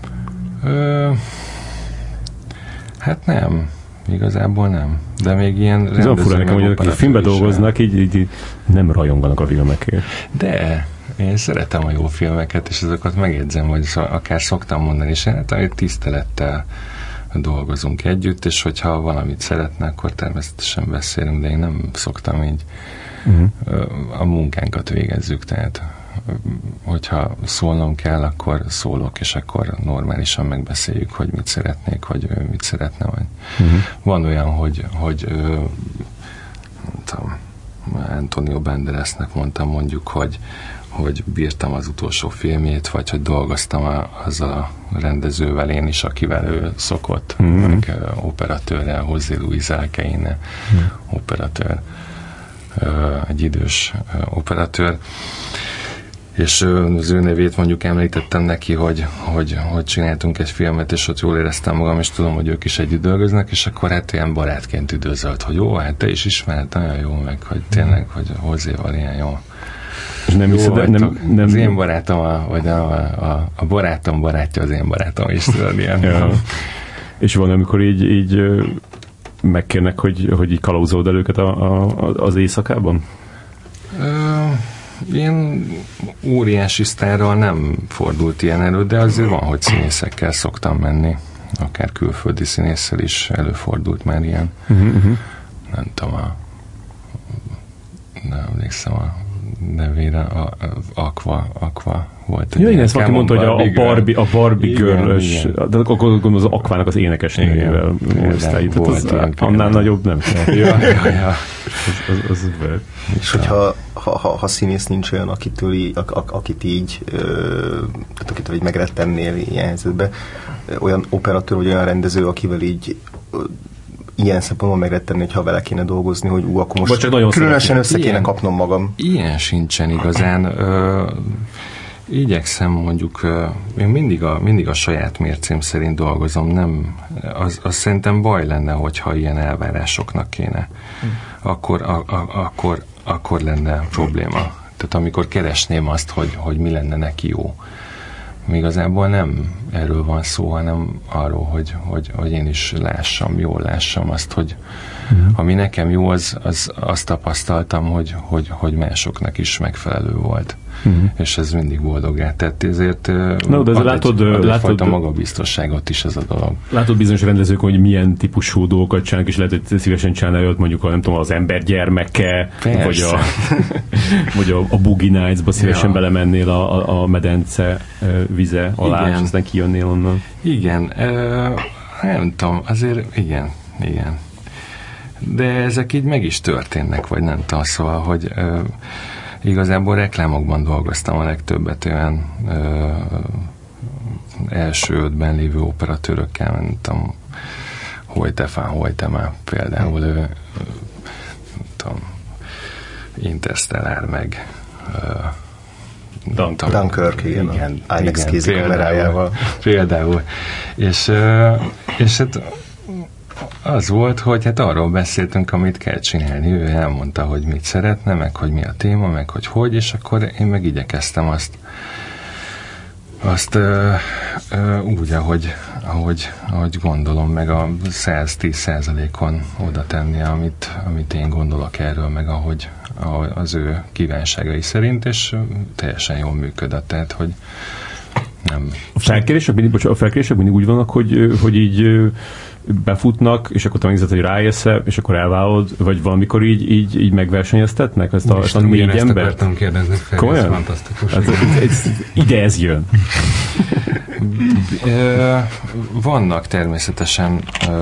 Hát nem. Igazából nem. De még ilyen rendező... Ez olyan fura nekem, hogy akik filmben dolgoznak, így nem rajonganak a filmekért. De én szeretem a jó filmeket, és azokat megjegyzem, hogy akár szoktam mondani, és hát tisztelettel dolgozunk együtt, és hogyha valamit szeretne, akkor természetesen beszélünk, de én nem szoktam így a munkánkat végezzük, tehát hogyha szólnom kell, akkor szólok, és akkor normálisan megbeszéljük, hogy mit szeretnék, vagy ő mit szeretne, vagy van olyan, hogy Antonio Banderasnak mondtam mondjuk, hogy bírtam az utolsó filmjét, vagy hogy dolgoztam azzal a rendezővel én is, akivel ő szokott, meg operatőrrel, José Luis Alcaine operatőr, egy idős operatőr, és az ő nevét mondjuk említettem neki, hogy csináltunk egy filmet, és ott jól éreztem magam, és tudom, hogy ők is együtt dolgoznak, és akkor hát ilyen barátként üdvözölt, hogy jó, hát te is ismered, nagyon jó, meg hogy tényleg, hogy Hozéval ilyen jó. És nem hiszed, nem... Az én barátom, vagy a barátom barátja az én barátom is, tudod, ilyen. Ja. És van, amikor így megkérnek, hogy így kalauzold el őket az éjszakában? Ilyen óriási sztárral nem fordult ilyen elő, de azért van, hogy színészekkel szoktam menni. Akár külföldi színésszel is előfordult már ilyen. Nem tudom, nem emlékszem a nevére, Aqua volt. Jó, igen, ezt valaki mondta, hogy a Barbie Girl-ös, de akkor gondolom az Aquának az énekesnőjével osztály. Annál nagyobb nem. Ja. Az és hogyha ha színész nincs olyan, akit így megrettennél ilyen helyzetben, olyan operatőr vagy olyan rendező, akivel így ilyen szempontból megrettenni, hogyha vele kéne dolgozni, hogy akkor most különösen össze kéne kapnom magam. Ilyen sincsen igazán. Igyekszem mondjuk, én mindig a saját mércém szerint dolgozom, nem, az szerintem baj lenne, hogyha ilyen elvárásoknak kéne. Akkor lenne probléma. Tehát amikor keresném azt, hogy mi lenne neki jó. Igazából nem erről van szó, hanem arról, hogy én is jól lássam azt, hogy ami nekem jó, azt tapasztaltam, hogy másoknak is megfelelő volt. és ez mindig boldoggá tett, ezért de látod egyfajta magabiztosságot is ez a dolog. Látod bizonyos rendezők, hogy milyen típusú dolgokat csinálnak, és lehet, hogy szívesen csinálja, mondjuk nem tudom, az ember gyermeke, vagy a Boogie Nights-ba szívesen belemennél a medence vize alá, és aztán kijönnél onnan. Igen, nem tudom, azért igen. De ezek így meg is történnek, vagy nem tudom, szóval, hogy igazából reklámokban dolgoztam a legtöbbet, olyan első 5-ben lévő operatőrökkel, nem tudom, Hoyte-Van például, nem tudom, Interstellar, meg Dunkirk, igen, IMAX kézi kamerájával. Például. És hát az volt, hogy hát arról beszéltünk, amit kell csinálni. Ő elmondta, hogy mit szeretne, meg hogy mi a téma, meg hogy, és akkor én meg igyekeztem azt úgy, ahogy gondolom, meg a 110%-on oda tenni, amit én gondolok erről, meg ahogy az ő kívánságai szerint, és teljesen jól működött, tehát, hogy nem. A felkérések mindig úgy vannak, hogy így befutnak, és akkor te megnézed, hogy rájössz, és akkor elválod, vagy valamikor így megversenyeztetnek ezt a 4 embert? Ezt akartam kérdezni, ez fantasztikus. Ide ez jön. Vannak természetesen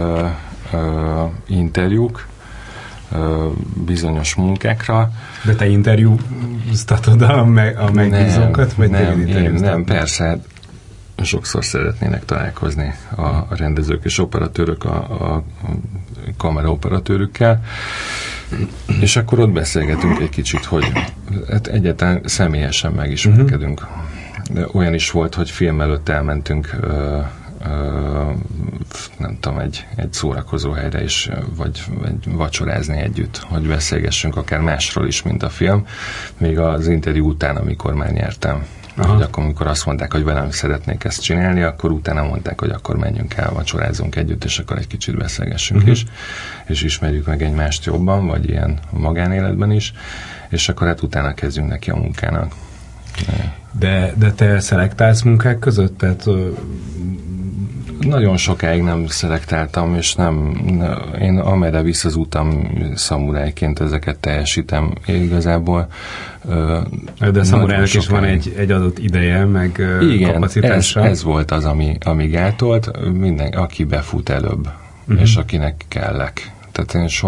interjúk bizonyos munkákra. De te interjúztatod a megbízókat? Vagy nem, persze. Sokszor szeretnének találkozni a rendezők és operatőrök a kameraoperatőrükkel, és akkor ott beszélgetünk egy kicsit, hogy hát egyáltalán személyesen megismerkedünk. De olyan is volt, hogy film előtt elmentünk nem tudom, egy szórakozó helyre is, vagy vacsorázni együtt, hogy beszélgessünk akár másról is, mint a film, még az interjú után, amikor már nyertem. Hogy akkor, amikor azt mondták, hogy velem szeretnék ezt csinálni, akkor utána mondták, hogy akkor menjünk el, vacsorázzunk együtt, és akkor egy kicsit beszélgessünk is, és ismerjük meg egymást jobban, vagy ilyen magánéletben is, és akkor hát utána kezdjünk neki a munkának. De te szelektálsz munkák között? Tehát nagyon sokáig nem szelektáltam, és én amerre visz az utam szamurájként ezeket teljesítem igazából. De a szamurájnak is van egy adott ideje, meg kapacitása. Igen, ez volt az, ami gátolt. Aki befut előbb, és akinek kellek. Tehát én soha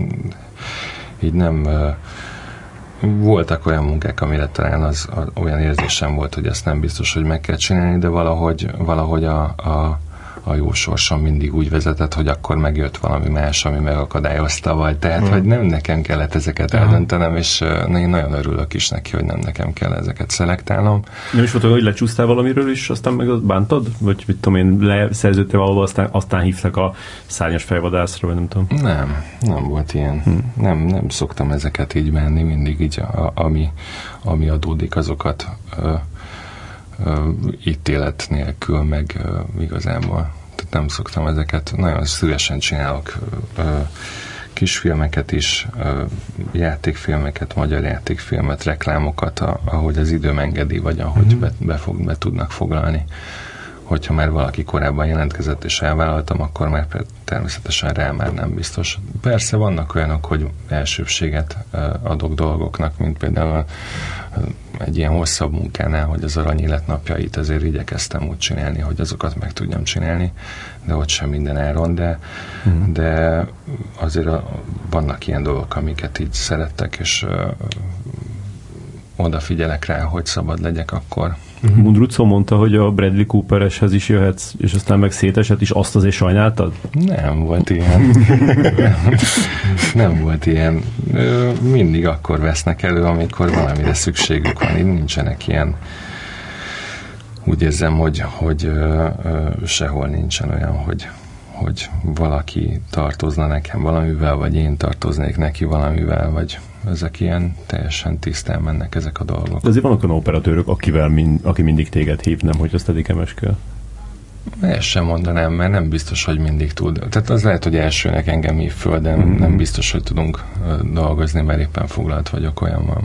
nem voltak olyan munkák, amire talán olyan érzésem volt, hogy ezt nem biztos, hogy meg kell csinálni, de valahogy a jó sorsom mindig úgy vezetett, hogy akkor megjött valami más, ami megakadályozta, vagy tehát, hogy nem nekem kellett ezeket eldöntenem, és én nagyon örülök is neki, hogy nem nekem kell ezeket szelektálnom. Nem is volt olyan, hogy lecsúsztál valamiről is, aztán meg azt bántad? Vagy mit tudom én, leszerződtél valahol, aztán hívtak a szárnyas fejvadászra, vagy nem tudom? Nem volt ilyen. Nem szoktam ezeket így bánni, mindig így, ami adódik, azokat ítélet nélkül, meg igazából. Tehát nem szoktam ezeket, nagyon szívesen csinálok kisfilmeket is, játékfilmeket, magyar játékfilmet, reklámokat, ahogy az időm engedi, vagy ahogy be tudnak foglalni. Hogyha már valaki korábban jelentkezett és elvállaltam, akkor már természetesen rá már nem biztos. Persze vannak olyanok, hogy elsőbséget adok dolgoknak, mint például egy ilyen hosszabb munkánál, hogy az Arany életnapjait azért igyekeztem úgy csinálni, hogy azokat meg tudjam csinálni, de ott sem minden áron, de azért vannak ilyen dolgok, amiket így szerettek, és odafigyelek rá, hogy szabad legyek akkor. Mundrucó mondta, hogy a Bradley Coopereshez is jöhetsz, és aztán meg szétesett, és azt azért sajnáltad? Nem volt ilyen. Nem volt ilyen. Mindig akkor vesznek elő, amikor valamire szükségük van. Így nincsenek ilyen. Úgy érzem, hogy sehol nincsen olyan, hogy valaki tartozna nekem valamivel, vagy én tartoznék neki valamivel, vagy ezek ilyen teljesen tisztán mennek ezek a dolgok. De azért vannak olyan operatőrök, aki mindig téged hív, nem, hogy azt eddig kell? Ezt sem mondanám, mert nem biztos, hogy mindig tud. Tehát az lehet, hogy elsőnek engem hív föl, de nem biztos, hogy tudunk dolgozni, mert éppen foglalt vagyok, olyan van.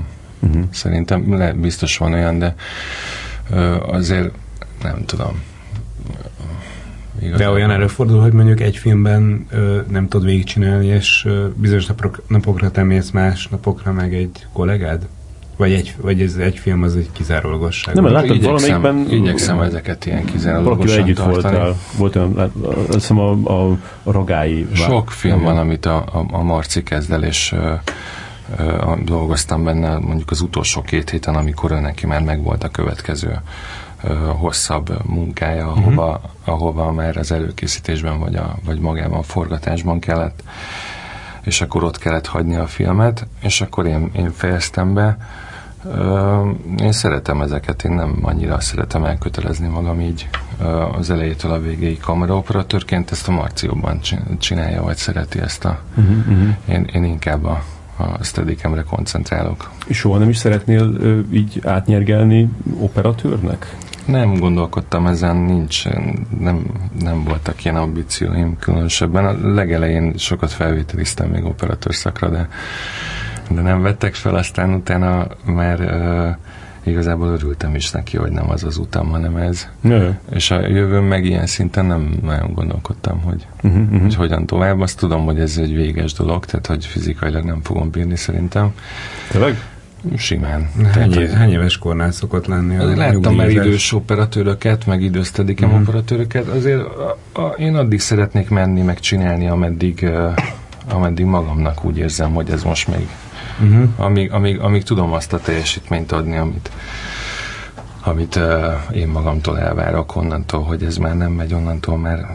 Szerintem biztos van olyan, de azért nem tudom. Igazán. De olyan előfordul, hogy mondjuk egy filmben nem tudod végigcsinálni, és bizonyos napokra te mész, más napokra meg egy kollégád? Vagy ez egy film, az egy kizárólagosság? Nem, látod, valamelyikben... Igyekszem ezeket ilyen kizárólagosan együtt tartani. Volt olyan, azt hiszem a Ragályi... Sok film van, amit a Marci kezd el, és dolgoztam benne mondjuk az utolsó 2 héten, amikor neki már megvolt a következő hosszabb munkája, ahova már az előkészítésben vagy magában a forgatásban kellett, és akkor ott kellett hagyni a filmet, és akkor én fejeztem be. Én szeretem ezeket, én nem annyira szeretem elkötelezni magam így az elejétől a végéig kameraoperatőrként, ezt a Marci jobban csinálja, vagy szereti ezt a... Én inkább a Steadicamre koncentrálok. És soha nem is szeretnél így átnyergelni operatőrnek? Nem gondolkodtam ezen, nem voltak ilyen ambícióim különösebben. A legelején sokat felvételiztem még operatőr szakra, de nem vettek fel, aztán utána már igazából örültem is neki, hogy nem az utam, hanem ez. És a jövőn meg ilyen szinten nem nagyon gondolkodtam, hogy hogyan tovább. Azt tudom, hogy ez egy véges dolog, tehát hogy fizikailag nem fogom bírni szerintem. Tényleg? Simán. Hány éves kornál szokott lenni? Láttam már idős operatőröket, meg idős Steadicam operatőröket. Azért én addig szeretnék menni, meg csinálni, ameddig magamnak úgy érzem, hogy ez most még amíg tudom azt a teljesítményt adni, amit én magamtól elvárok, onnantól, hogy ez már nem megy, onnantól már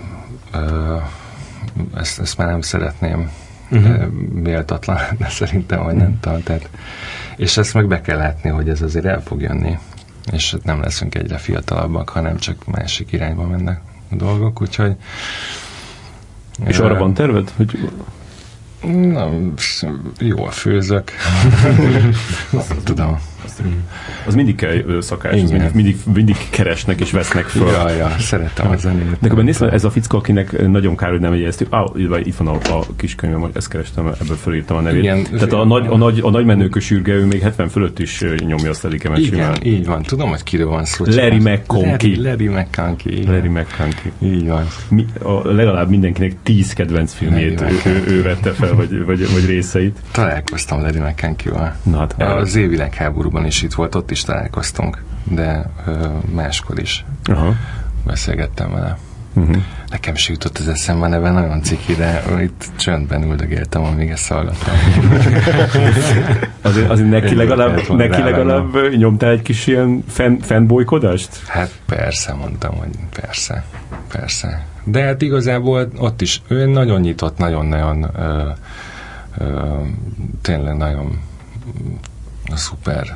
ezt már nem szeretném. Méltatlan, de szerintem, hogy nem tehát. És ezt meg be kell látni, hogy ez azért el fog jönni, és nem leszünk egyre fiatalabbak, hanem csak másik irányba mennek a dolgok, úgyhogy... És arra van terved, hogy... Na, jól főzök. Azt tudom. Az mindig kell szakás, mindig keresnek és vesznek föl. Ja, szeretem a zenét. De akkor nézd, ez a fickó, akinek nagyon kár, hogy nem jegyeztük. Itt van a kiskönyvem, hogy ezt kerestem, ebből fölírtam a nevét. Igen, tehát a nagy menőkös ürge, ő még 70 fölött is nyomja a Steadicamet simán. Igen, így van. Tudom, hogy kiről van szó. Larry McConkie. Larry McConkie. Larry McConkie. Így van. Legalább mindenkinek 10 kedvenc filmjét ő vette fel, vagy részeit. Találkoztam Larry McConkie-val. Az évvilágháborúban is itt volt, ott is találkoztunk, de máskor is beszélgettem vele. Nekem se jutott az eszembe a neve, nagyon ciki, de itt csöndben üldögéltem, amíg ezt hallgattam. azért neki legalább nyomtál egy kis ilyen fanboykodást? Hát persze, mondtam, hogy persze. De hát igazából ott is ő nagyon nyitott, nagyon tényleg nagyon szuper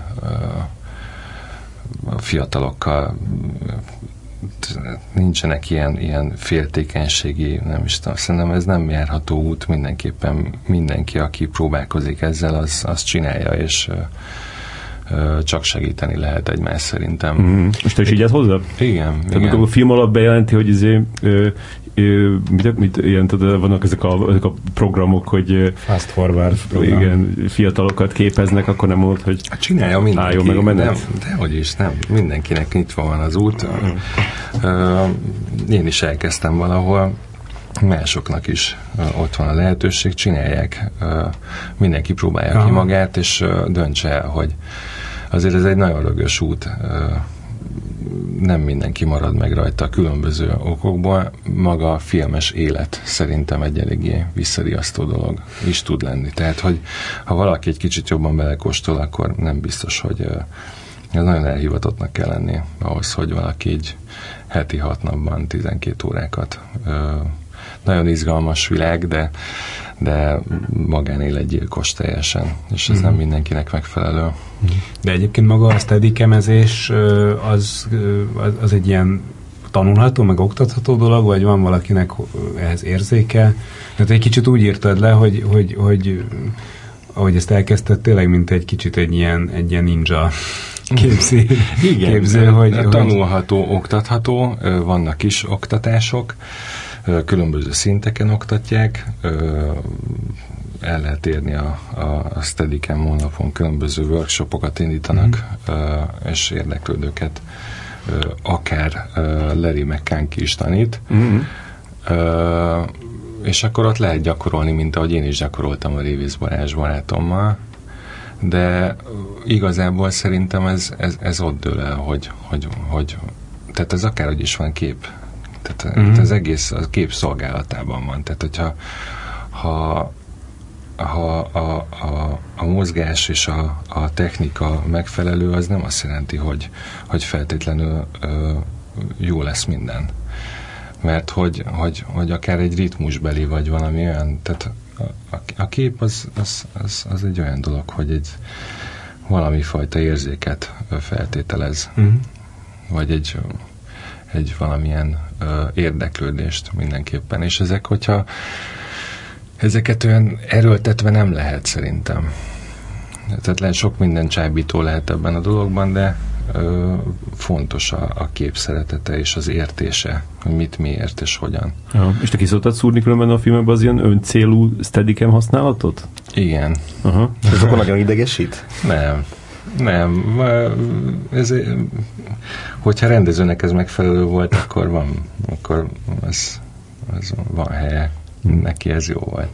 fiatalokkal nincsenek ilyen féltékenységi, nem is tudom, szerintem ez nem járható út, mindenképpen mindenki, aki próbálkozik ezzel, az csinálja, és csak segíteni lehet egymás szerintem. Most te is így ez hozzá? Igen. Tehát a film alatt bejelenti, hogy mit jelentett, vannak ezek a programok, hogy fast forward program. Igen, fiatalokat képeznek, akkor nem mondod, hogy csinálja mindenki. Álljon meg a menet. Dehogy is, nem. Mindenkinek nyitva van az út. Én is elkezdtem valahol, másoknak is ott van a lehetőség, csinálják. Mindenki próbálja ki magát, és döntse el, hogy azért ez egy nagyon rögös út. Nem mindenki marad meg rajta különböző okokból. Maga a filmes élet szerintem egy eléggé visszariasztó dolog is tud lenni. Tehát, hogy ha valaki egy kicsit jobban belekóstol, akkor nem biztos, hogy ez nagyon elhivatottnak kell lenni ahhoz, hogy valaki így heti 6 napban 12 órákat nagyon izgalmas világ, de magánéletgyilkos teljesen, és ez nem mindenkinek megfelelő. De egyébként maga a steadicamezés az egy ilyen tanulható, meg oktatható dolog, vagy van valakinek ehhez érzéke? Tehát egy kicsit úgy írtad le, hogy ahogy ezt elkezdted, tényleg mint egy kicsit egy ilyen ninja képző, hogy tanulható, oktatható, vannak is oktatások, különböző szinteken oktatják, el lehet érni a Steadicam honlapon, különböző workshopokat indítanak, és érdeklődőket akár Larry McCann is tanít, és akkor ott lehet gyakorolni, mint ahogy én is gyakoroltam a Révész Balázs barátommal, de igazából szerintem ez ott dől el, hogy tehát ez akárhogy is van kép. Tehát az egész a kép szolgálatában van. Tehát, hogyha a mozgás és a technika megfelelő, az nem azt jelenti, hogy feltétlenül jó lesz minden. Mert hogy akár egy ritmusbeli vagy valami olyan, tehát a kép az egy olyan dolog, hogy egy valami fajta érzéket feltételez. Vagy egy valamilyen érdeklődést mindenképpen. És ezeket olyan erőltetve nem lehet szerintem. Tehát lehet sok minden csábító lehet ebben a dologban, de fontos a kép szeretete és az értése, hogy mit, miért és hogyan. Ja. És te ki szoktad szúrni különben a filmekben az ilyen öncélú Steadicam használatot? Igen. Ez akkor nagyon idegesít? Nem. Hogyha rendezőnek ez megfelelő volt, akkor van helye. Neki ez jó volt.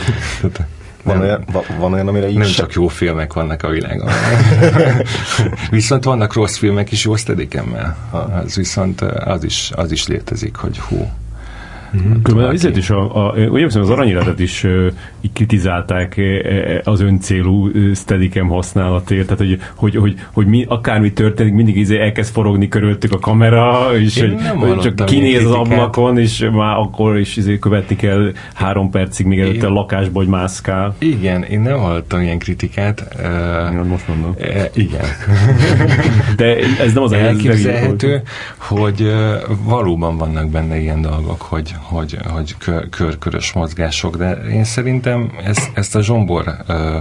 Van olyan, amire nem csak jó filmek vannak a világon. Viszont vannak rossz filmek is jó Steadicam-mel. Az viszont az is létezik, hogy hú. Különben azért is ugye az Aranyéletet is így kritizálták az öncélú Steadicam használatért, tehát hogy mi, akármi történik, mindig elkezd forogni körültük a kamera, és hogy csak kinéz az ablakon, és már akkor is követni kell 3 percig, még előtte a lakásba, hogy mászkál. Igen, én nem hallottam ilyen kritikát. Most mondom. Igen. De ez nem az elképzelhető, hogy valóban vannak benne ilyen dolgok, hogy körkörös mozgások, de én szerintem ezt a Zsombor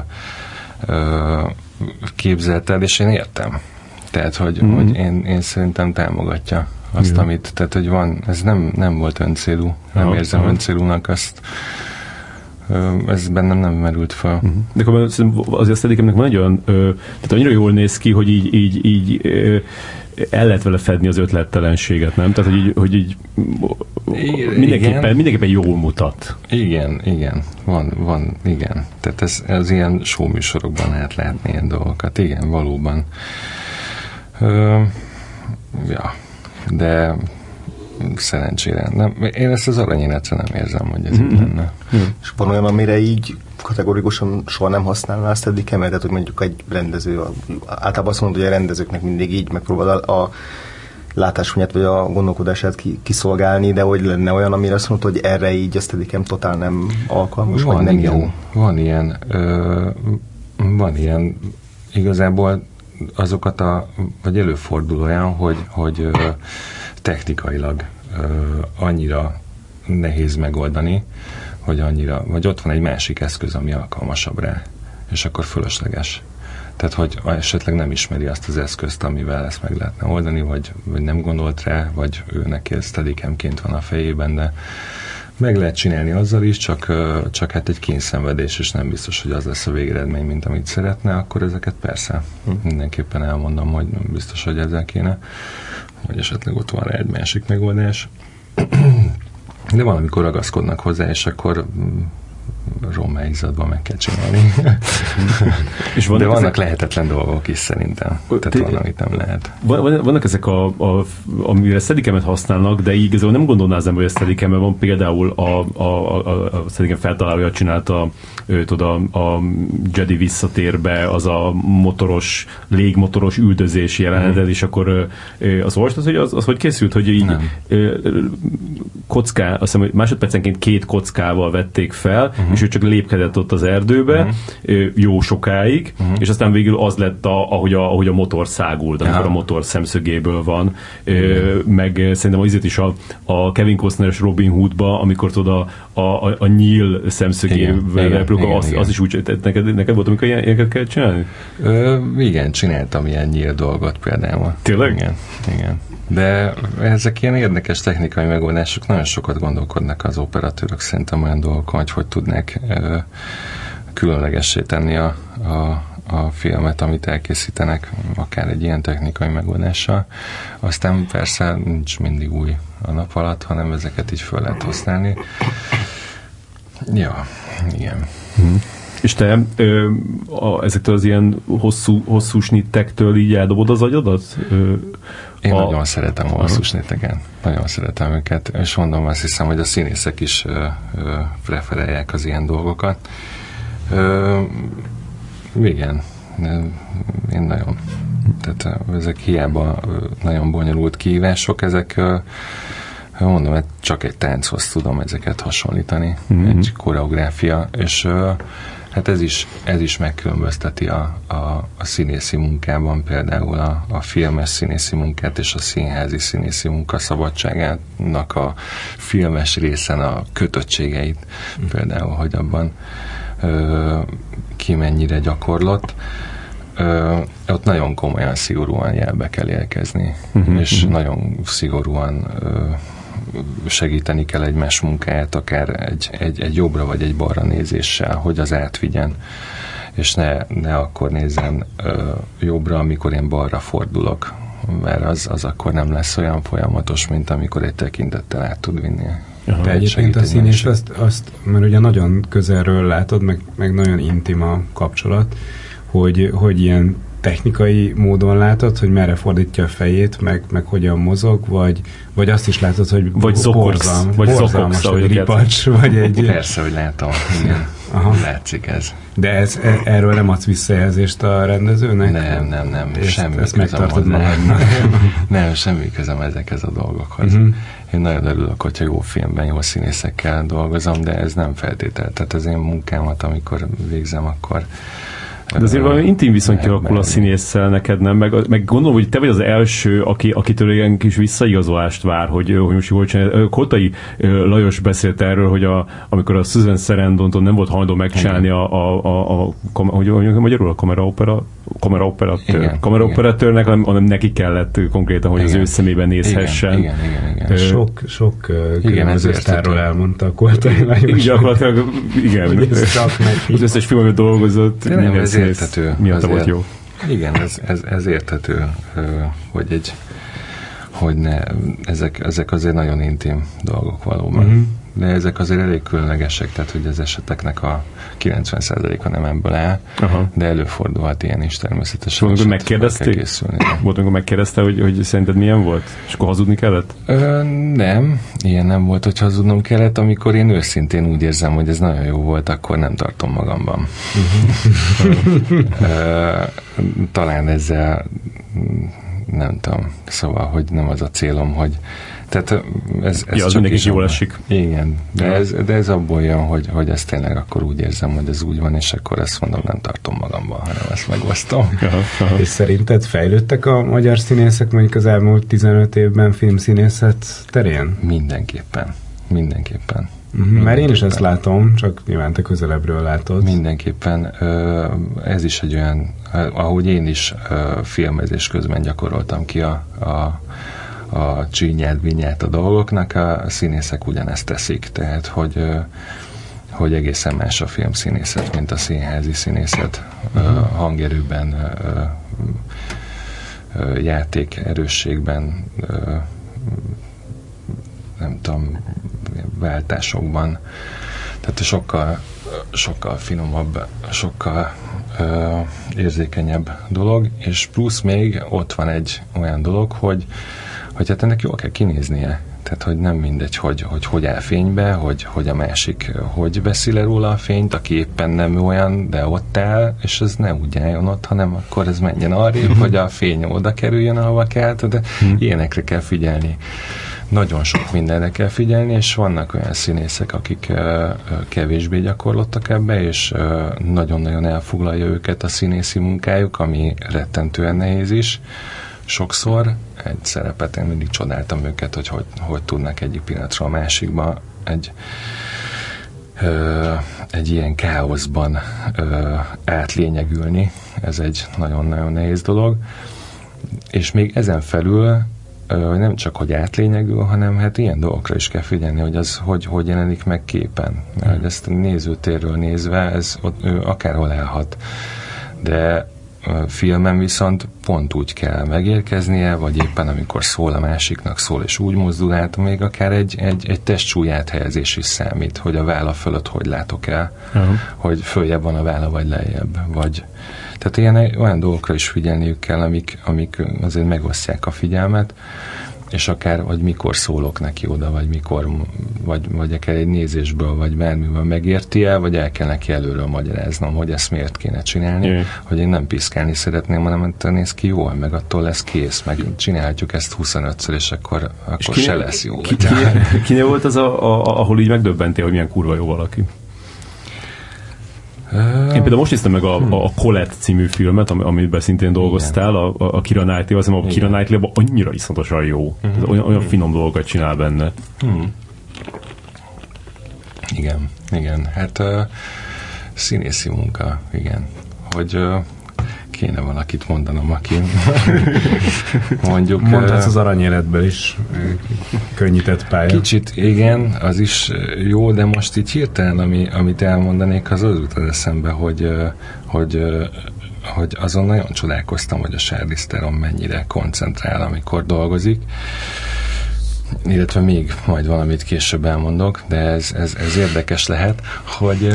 képzelted, és én értem. Tehát, hogy én szerintem támogatja azt, amit, tehát, hogy van, ez nem volt öncélú, nem érzem öncélúnak azt, ez bennem nem merült fel. De akkor azért a Steadicamnek van egy olyan, tehát annyira jól néz ki, hogy így el lehet vele fedni az ötlettelenséget, nem? Tehát, hogy így mindenképpen jól mutat. Igen. Van, igen. Tehát ez ilyen show műsorokban lehet látni ilyen dolgokat. Igen, valóban. De szerencsére. Én ezt az Aranyéletre nem érzem, hogy ez így lenne. És van olyan, amire így kategorikusan soha nem használná a Steadicam-et, tehát hogy mondjuk egy rendező, általában azt mondod, hogy a rendezőknek mindig így megpróbál a látásfonyát vagy a gondolkodását kiszolgálni, de hogy lenne olyan, amire azt mondod, hogy erre így a Steadicam totál nem alkalmas, vagy nem jó? Van ilyen. Igazából azokat vagy előfordul olyan, hogy technikailag annyira nehéz megoldani, vagy ott van egy másik eszköz, ami alkalmasabb rá, és akkor fölösleges. Tehát, hogy esetleg nem ismeri azt az eszközt, amivel ezt meg lehetne oldani, vagy nem gondolt rá, vagy ő neki ez Steadicamként van a fejében, de meg lehet csinálni azzal is, csak hát egy kényszenvedés, és nem biztos, hogy az lesz a végeredmény, mint amit szeretne, akkor ezeket persze mindenképpen elmondom, hogy nem biztos, hogy ezzel kéne, vagy esetleg ott van rá egy másik megoldás. De valamikor ragaszkodnak hozzá, és akkor romáizatban meg kell csinálni. És de vannak lehetetlen dolgok is szerintem. Tehát van, amit nem lehet. Vannak ezek, amire Steadicam-et használnak, de igazából nem gondolná az ember, hogy a Steadicam-ben van például a Steadicam feltalálója csinálta a Jedi visszatérbe, az a légmotoros üldözési jelenetet, és akkor az olvastad, hogy az hogy készült, hogy így azt hiszem, hogy másodpercenként 2 kockával vették fel, és ő csak lépkedett ott az erdőbe jó sokáig, és aztán végül az lett, ahogy a motor száguld, amikor a motor szemszögéből van. Meg szerintem azért is a Kevin Costner-es Robin Hoodba, amikor tudod a nyíl szemszögével repülök, az is úgy, neked volt, amikor ilyeneket kell csinálni? Igen, csináltam ilyen nyíl dolgot például. Tényleg? Igen. De ezek ilyen érdekes technikai megoldások, nagyon sokat gondolkodnak az operatőrök szerintem olyan dolgokon, hogy tudnák különlegessé tenni a filmet, amit elkészítenek, akár egy ilyen technikai megoldással. Aztán persze nincs mindig új a nap alatt, hanem ezeket így föl lehet használni. Ja, igen. És te ezektől az ilyen hosszú snittektől így eldobod az agyadat? Én nagyon szeretem a hosszú snitteket. Nagyon szeretem őket, és mondom, azt hiszem, hogy a színészek is preferálják az ilyen dolgokat. Igen, én nagyon. Tehát ezek hiába nagyon bonyolult kihívások, ezek mondom, hogy csak egy tánchoz tudom ezeket hasonlítani, egy koreográfia, és hát ez is megkülönbözteti a színészi munkában például a filmes színészi munkát és a színházi színészi munka szabadságának a filmes részen a kötöttségeit, például, hogy abban ki mennyire gyakorlott. Ott nagyon komolyan, szigorúan jelbe kell érkezni, és nagyon szigorúan segíteni kell egymás munkáját, akár egy jobbra vagy egy balra nézéssel, hogy az átvigyen, és ne akkor nézzen jobbra, amikor én balra fordulok, mert az akkor nem lesz olyan folyamatos, mint amikor egy tekintettel át tud vinni. De egyébként a színés azt, mert ugye nagyon közelről látod, meg nagyon intim a kapcsolat, hogy ilyen technikai módon látod, hogy merre fordítja a fejét, meg hogyan mozog, vagy azt is látod, hogy borzalmas, vagy ripacs, vagy egy... Persze, hogy látom, igen. Látszik ez. De erről nem adsz visszajelzést a rendezőnek? Nem. Semmi ezt megtartod magadnak. Nem, semmi közöm ezekhez a dolgokhoz. Én nagyon örülök, hogyha jó filmben, jó színészekkel dolgozom, de ez nem feltétel. Tehát az én munkámat, amikor végzem, akkor de azért valami intim viszony kialakul a színésszel neked, nem? Meg gondolom, hogy te vagy az első, akitől ilyen kis visszaigazolást vár, hogy most jól csinálja. Kotai Lajos beszélt erről, hogy amikor a Susan Sarandonton nem volt hajlandó megcsinálni magyarul a kameraoperatőrnek, hanem neki kellett konkrétan, hogy az ő szemében nézhessen. Igen. Sok különböző sztárról elmondta a Kotai Lajos. Igen. Az összes film, amit dolgozott, ez érthető. Miatt volt jó. Igen, ez érthető, hogy ne, ezek azért nagyon intim dolgok valóban. De ezek azért elég különlegesek, tehát hogy az eseteknek a 90%-a nem ebből áll, de előfordulhat ilyen is természetesen. Volt, amikor megkérdezte, hogy szerinted milyen volt? És akkor hazudni kellett? Nem, ilyen nem volt, hogy hazudnom kellett. Amikor én őszintén úgy érzem, hogy ez nagyon jó volt, akkor nem tartom magamban. Talán ezzel nem tudom, szóval, hogy nem az a célom, hogy tehát ez az mindenki jól esik. Igen, de ez abból jön, hogy ezt tényleg akkor úgy érzem, hogy ez úgy van, és akkor ezt mondom, nem tartom magamban, hanem ezt megosztom. És szerinted fejlődtek a magyar színészek mondjuk az elmúlt 15 évben filmszínészet terén? Mindenképpen. Mert én is ezt látom, csak nyilván te közelebbről látod. Mindenképpen. Ez is egy olyan, ahogy én is filmezés közben gyakoroltam ki a csínyát a dolgoknak, a színészek ugyanezt teszik, tehát hogy egészen más a filmszínészet, mint a színházi színészet. Hangerőben, játék erősségben, nem tudom, váltásokban. Tehát sokkal finomabb, sokkal érzékenyebb dolog, és plusz még ott van egy olyan dolog, hogy hát ennek jól kell kinéznie. Tehát, hogy nem mindegy, hogy áll fénybe, hogy a másik hogy veszi le róla a fényt, aki éppen nem olyan, de ott áll, és ez ne úgy álljon ott, hanem akkor ez menjen arrébb, hogy a fény oda kerüljön, ahova kell, de ilyenekre kell figyelni. Nagyon sok mindenre kell figyelni, és vannak olyan színészek, akik kevésbé gyakorlottak ebbe, és nagyon-nagyon elfoglalja őket a színészi munkájuk, ami rettentően nehéz is. Sokszor egy szerepet, én mindig csodáltam őket, hogy tudnak egyik pillanatról a másikba egy ilyen káoszban átlényegülni. Ez egy nagyon-nagyon nehéz dolog. És még ezen felül nem csak, hogy átlényegül, hanem hát ilyen dolgokra is kell figyelni, hogy az hogy jelenik meg képen. Mert ezt a nézőtérről nézve, ez akárhol állhat. De filmen viszont pont úgy kell megérkeznie, vagy éppen amikor szól a másiknak, szól és úgy mozdul át, még akár egy testsúly áthelyezés is számít, hogy a válla fölött hogy látok el, hogy följebb van a válla, vagy lejjebb, vagy... Tehát olyan dolgokra is figyelniük kell, amik azért megosztják a figyelmet, és akár, hogy mikor szólok neki oda, vagy mikor, vagy akár egy nézésből, vagy bármiből megérti el, vagy el kell neki előről magyaráznom, hogy ezt miért kéne csinálni, hogy én nem piszkálni szeretném, hanem néz ki jól, meg attól lesz kész, meg csinálhatjuk ezt 25-ször, és akkor se lesz jó. Kinél volt az, ahol így megdöbbentél, hogy milyen kurva jó valaki? Én például most néztem meg a Colette című filmet, amiben szintén dolgoztál, a Keira Knightley, azt hiszem, a Keira Knightley annyira iszonyatosan jó. Olyan finom dolgokat csinál benne. Igen. Hát színészi munka, igen. Hogy kéne valakit mondanom, aki mondjuk... Mondhatsz az Aranyéletből is könnyített pálya. Kicsit, igen, az is jó, de most így hirtelen, amit elmondanék, az jutott eszembe, hogy azon nagyon csodálkoztam, hogy a Charlize Theron mennyire koncentrál, amikor dolgozik, illetve még majd valamit később elmondok, de ez érdekes lehet, hogy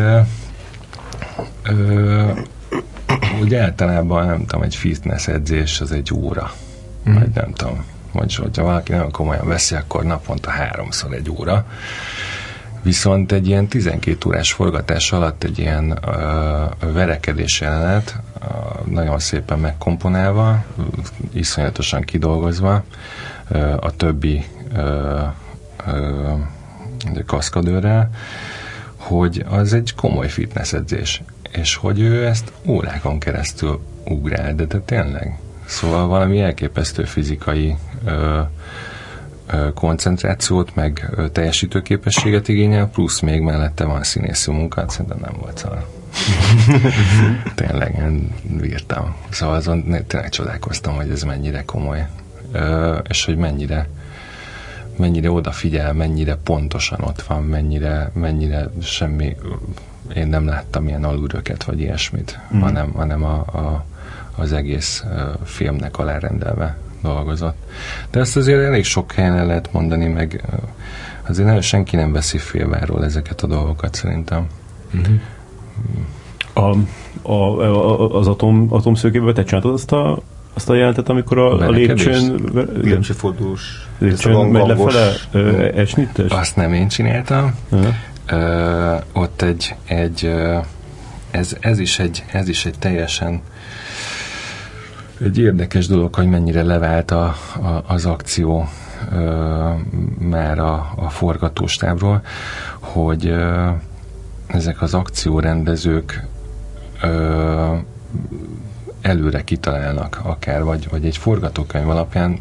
úgy általában, nem tudom, egy fitness edzés az egy óra. Vagy nem tudom, hogyha valaki nagyon komolyan veszi, akkor naponta 3-szor egy óra. Viszont egy ilyen 12 órás forgatás alatt egy ilyen verekedés jelenet, nagyon szépen megkomponálva, iszonyatosan kidolgozva, a többi kaszkadőrrel, hogy az egy komoly fitness edzés. És hogy ő ezt órákon keresztül ugrál, de tényleg. Szóval valami elképesztő fizikai koncentrációt, meg teljesítőképességet igényel, plusz még mellette van színészi munkát, szerintem nem volt szar. Tényleg, én bírtam. Szóval azon tényleg csodálkoztam, hogy ez mennyire komoly. És hogy mennyire odafigyel, mennyire pontosan ott van, mennyire semmi... Én nem láttam ilyen alulröket, vagy ilyesmit, hanem az egész filmnek alárendelve dolgozott. De ezt azért elég sok helyen el lehet mondani, meg azért nagyon senki nem veszi félváról ezeket a dolgokat, szerintem. Az atomszőkéből te csináltad azt a jelentet, amikor a lépcsőfordulós megy lefele esnittes? Azt nem én csináltam. Ott ez is egy teljesen egy érdekes dolog, hogy mennyire levált az akció már a forgatóstábról, hogy ezek az akciórendezők előre kitalálnak akár, vagy egy forgatókönyv alapján.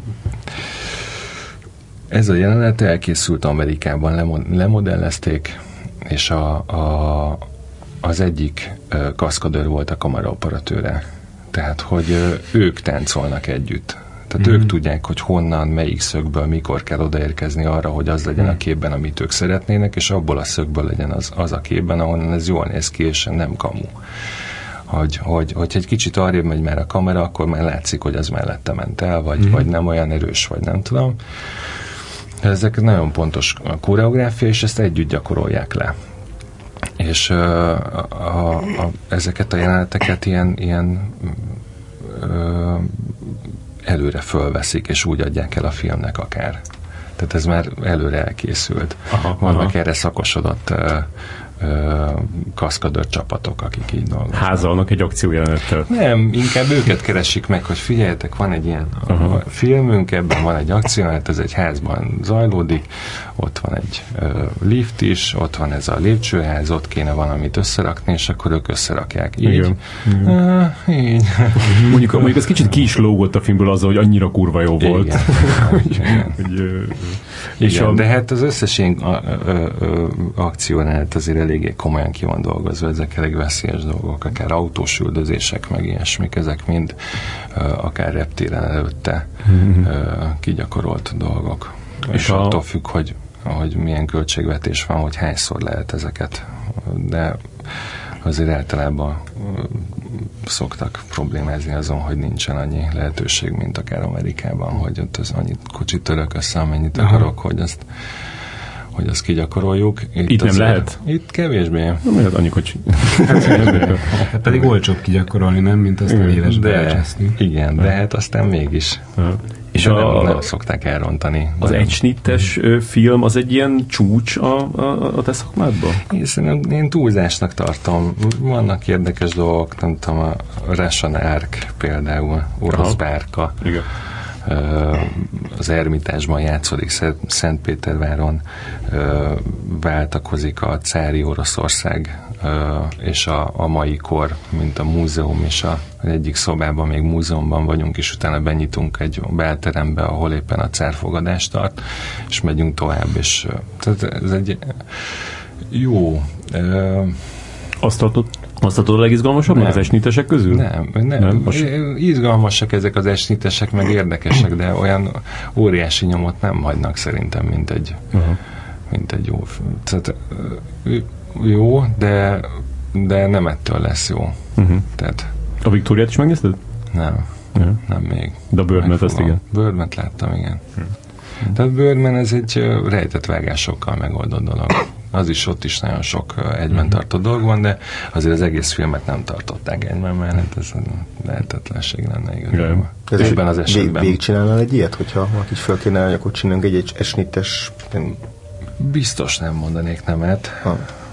Ez a jelenet elkészült Amerikában, lemodellezték, és az egyik kaszkadőr volt a kameraoperatőre. Tehát, hogy ők táncolnak együtt. Tehát ők tudják, hogy honnan, melyik szögből, mikor kell odaérkezni arra, hogy az legyen a képben, amit ők szeretnének, és abból a szögből legyen az a képben, ahonnan ez jól néz ki, és nem kamu. Hogy egy kicsit arrébb megy már a kamera, akkor már látszik, hogy az mellette ment el, vagy nem olyan erős, vagy nem tudom. Ezek nagyon pontos a koreográfia, és ezt együtt gyakorolják le. És ezeket a jeleneteket ilyen előre fölveszik, és úgy adják el a filmnek akár. Tehát ez már előre elkészült. Vannak erre szakosodott kaszkadőr csapatok, akik így dolgoznak. Házalnak egy akciójelenettel. Nem, inkább őket keresik meg, hogy figyeljetek, van egy ilyen filmünk, ebben van egy akciójelenet, ez egy házban zajlódik, ott van egy lift is, ott van ez a lépcsőház, ott kéne valamit összerakni, és akkor ők összerakják. Így. Igen. Így. Mondjuk ez kicsit ki is lógott a filmből azzal, hogy annyira kurva jó volt. Igen. De hát az összes ilyen akciójelenet azért eléggé komolyan ki van dolgozva, ezek elég veszélyes dolgok, akár autós üldözések, meg ilyesmik, ezek mind akár reptéren előtte kigyakorolt dolgok. És attól függ, hogy milyen költségvetés van, hogy hányszor lehet ezeket. De azért általában szoktak problémázni azon, hogy nincsen annyi lehetőség, mint akár Amerikában, hogy ott az annyit kocsit török össze, amennyit akarok, hogy azt kigyakoroljuk. Itt nem lehet? Itt kevésbé. Nem lehet annyi kocsi. Hát pedig olcsóbb kigyakorolni, nem? Mint azt a élesbe elcseszni. Igen, de hát aztán mégis. És nem szokták elrontani. Az egysnittes film az egy ilyen csúcs a te szakmádban? Én túlzásnak tartom. Vannak érdekes dolgok, nem tudom, a Russian Ark például, orosz bárka. Igen. Az Ermitásban játszódik, Szentpéterváron váltakozik a cári Oroszország és a mai kor, mint a múzeum, és az egyik szobában még múzeumban vagyunk, és utána benyitunk egy belterembe, ahol éppen a cár fogadást tart, és megyünk tovább, és tehát ez egy jó... Azt tartod a legizgalmasabbnak az esnitesek közül? Nem. Most... Izgalmasak ezek az esnitesek, meg érdekesek, de olyan óriási nyomot nem hagynak szerintem, mint egy jó film. Tehát, jó, de nem ettől lesz jó. Tehát, a Viktóriát is megnézted? Nem még. De a Birdman-t azt igen? Birdman-t láttam, igen. Tehát Birdman ez egy rejtett vágásokkal megoldott dolog. Az is, ott is nagyon sok egyben tartott dolog van, de azért az egész filmet nem tartották egyben, mert ez lehetetlenség lenne igazából. Ebben az esetben. Végigcsinálnál egy ilyet, hogyha valaki föl kéne, hogy akkor csinálunk egy esnites... Biztos nem mondanék nemet.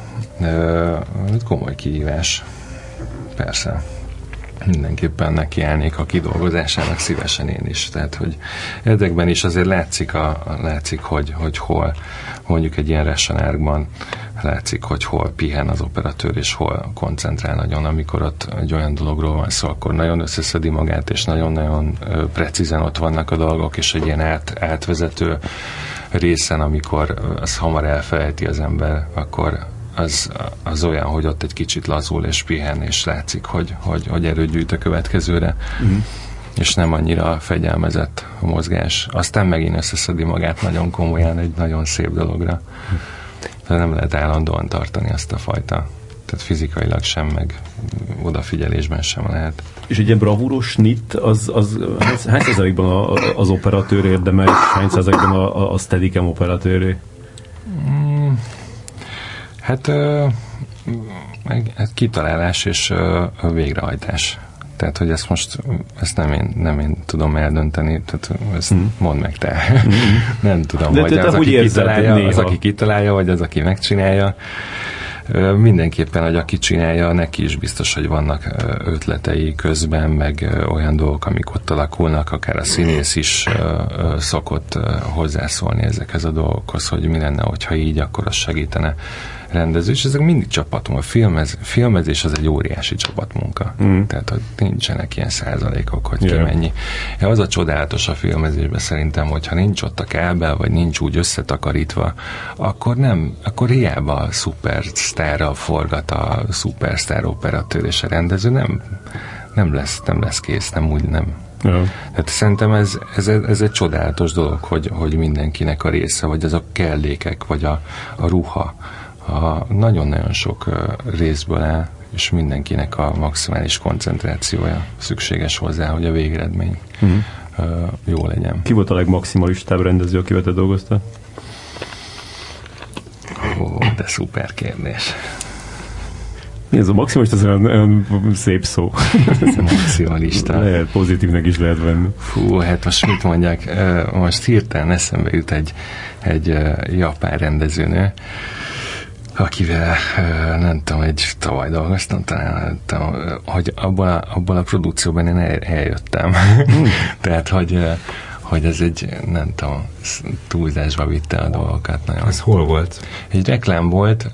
Komoly kihívás. Persze. Mindenképpen nekiállnék a kidolgozásának szívesen én is. Tehát, hogy ezekben is azért látszik, hogy hol, mondjuk egy ilyen Russian Ark-ban látszik, hogy hol pihen az operatőr, és hol koncentrál nagyon, amikor ott egy olyan dologról van szó, akkor nagyon összeszedi magát, és nagyon-nagyon precízen ott vannak a dolgok, és egy ilyen átvezető részen, amikor az hamar elfelejti az ember, akkor az olyan, hogy ott egy kicsit lazul és pihen, és látszik, hogy erőt gyűjt a következőre, és nem annyira fegyelmezett a mozgás. Aztán megint összeszedi magát nagyon komolyan egy nagyon szép dologra. De nem lehet állandóan tartani azt a fajta. Tehát fizikailag sem, meg odafigyelésben sem lehet. És egy ilyen bravúros snit, az hány százalékban az operatőr érdemel, és hány százalékban a Steadicam operatőré? Hát kitalálás és végrehajtás. Tehát, hogy ezt nem én tudom eldönteni, tehát ezt mondd meg te. Nem tudom, de vagy az, aki kitalálja, vagy az, aki megcsinálja. Mindenképpen, hogy aki csinálja, neki is biztos, hogy vannak ötletei közben, meg olyan dolgok, amik ott alakulnak, akár a színész is szokott hozzászólni ezekhez a dolgokhoz, hogy mi lenne, hogyha így, akkor az segítene rendező, és ezek mindig csapatmunka. A filmezés az egy óriási csapatmunka. Tehát, hogy nincsenek ilyen százalékok, hogy ki mennyi. Az a csodálatos a filmezésben szerintem, hogyha nincs ott a kábel, vagy nincs úgy összetakarítva, akkor hiába szupersztárral forgat a szupersztár operatőr és a rendező, nem lesz kész, nem. Tehát szerintem ez egy csodálatos dolog, hogy mindenkinek a része, vagy az a kellékek, vagy a ruha, nagyon-nagyon sok részből áll, és mindenkinek a maximális koncentrációja szükséges hozzá, hogy a végeredmény jó legyen. Ki volt a legmaximalistább rendező, akivel te dolgoztál? De szuper kérdés. Mi ez a maximalista? Ez olyan szép szó. Maximalista. Lehet, pozitívnek is lehet venni. Hát most mit mondjak? Most hirtelen eszembe jut egy japán rendezőnő, akivel nem tudom, tavaly dolgoztam, talán hogy abban a produkcióban én eljöttem. Tehát, hogy ez egy, nem tudom, túlzásba vitte a dolgokat nagyon. Ez hol volt? Egy reklám volt,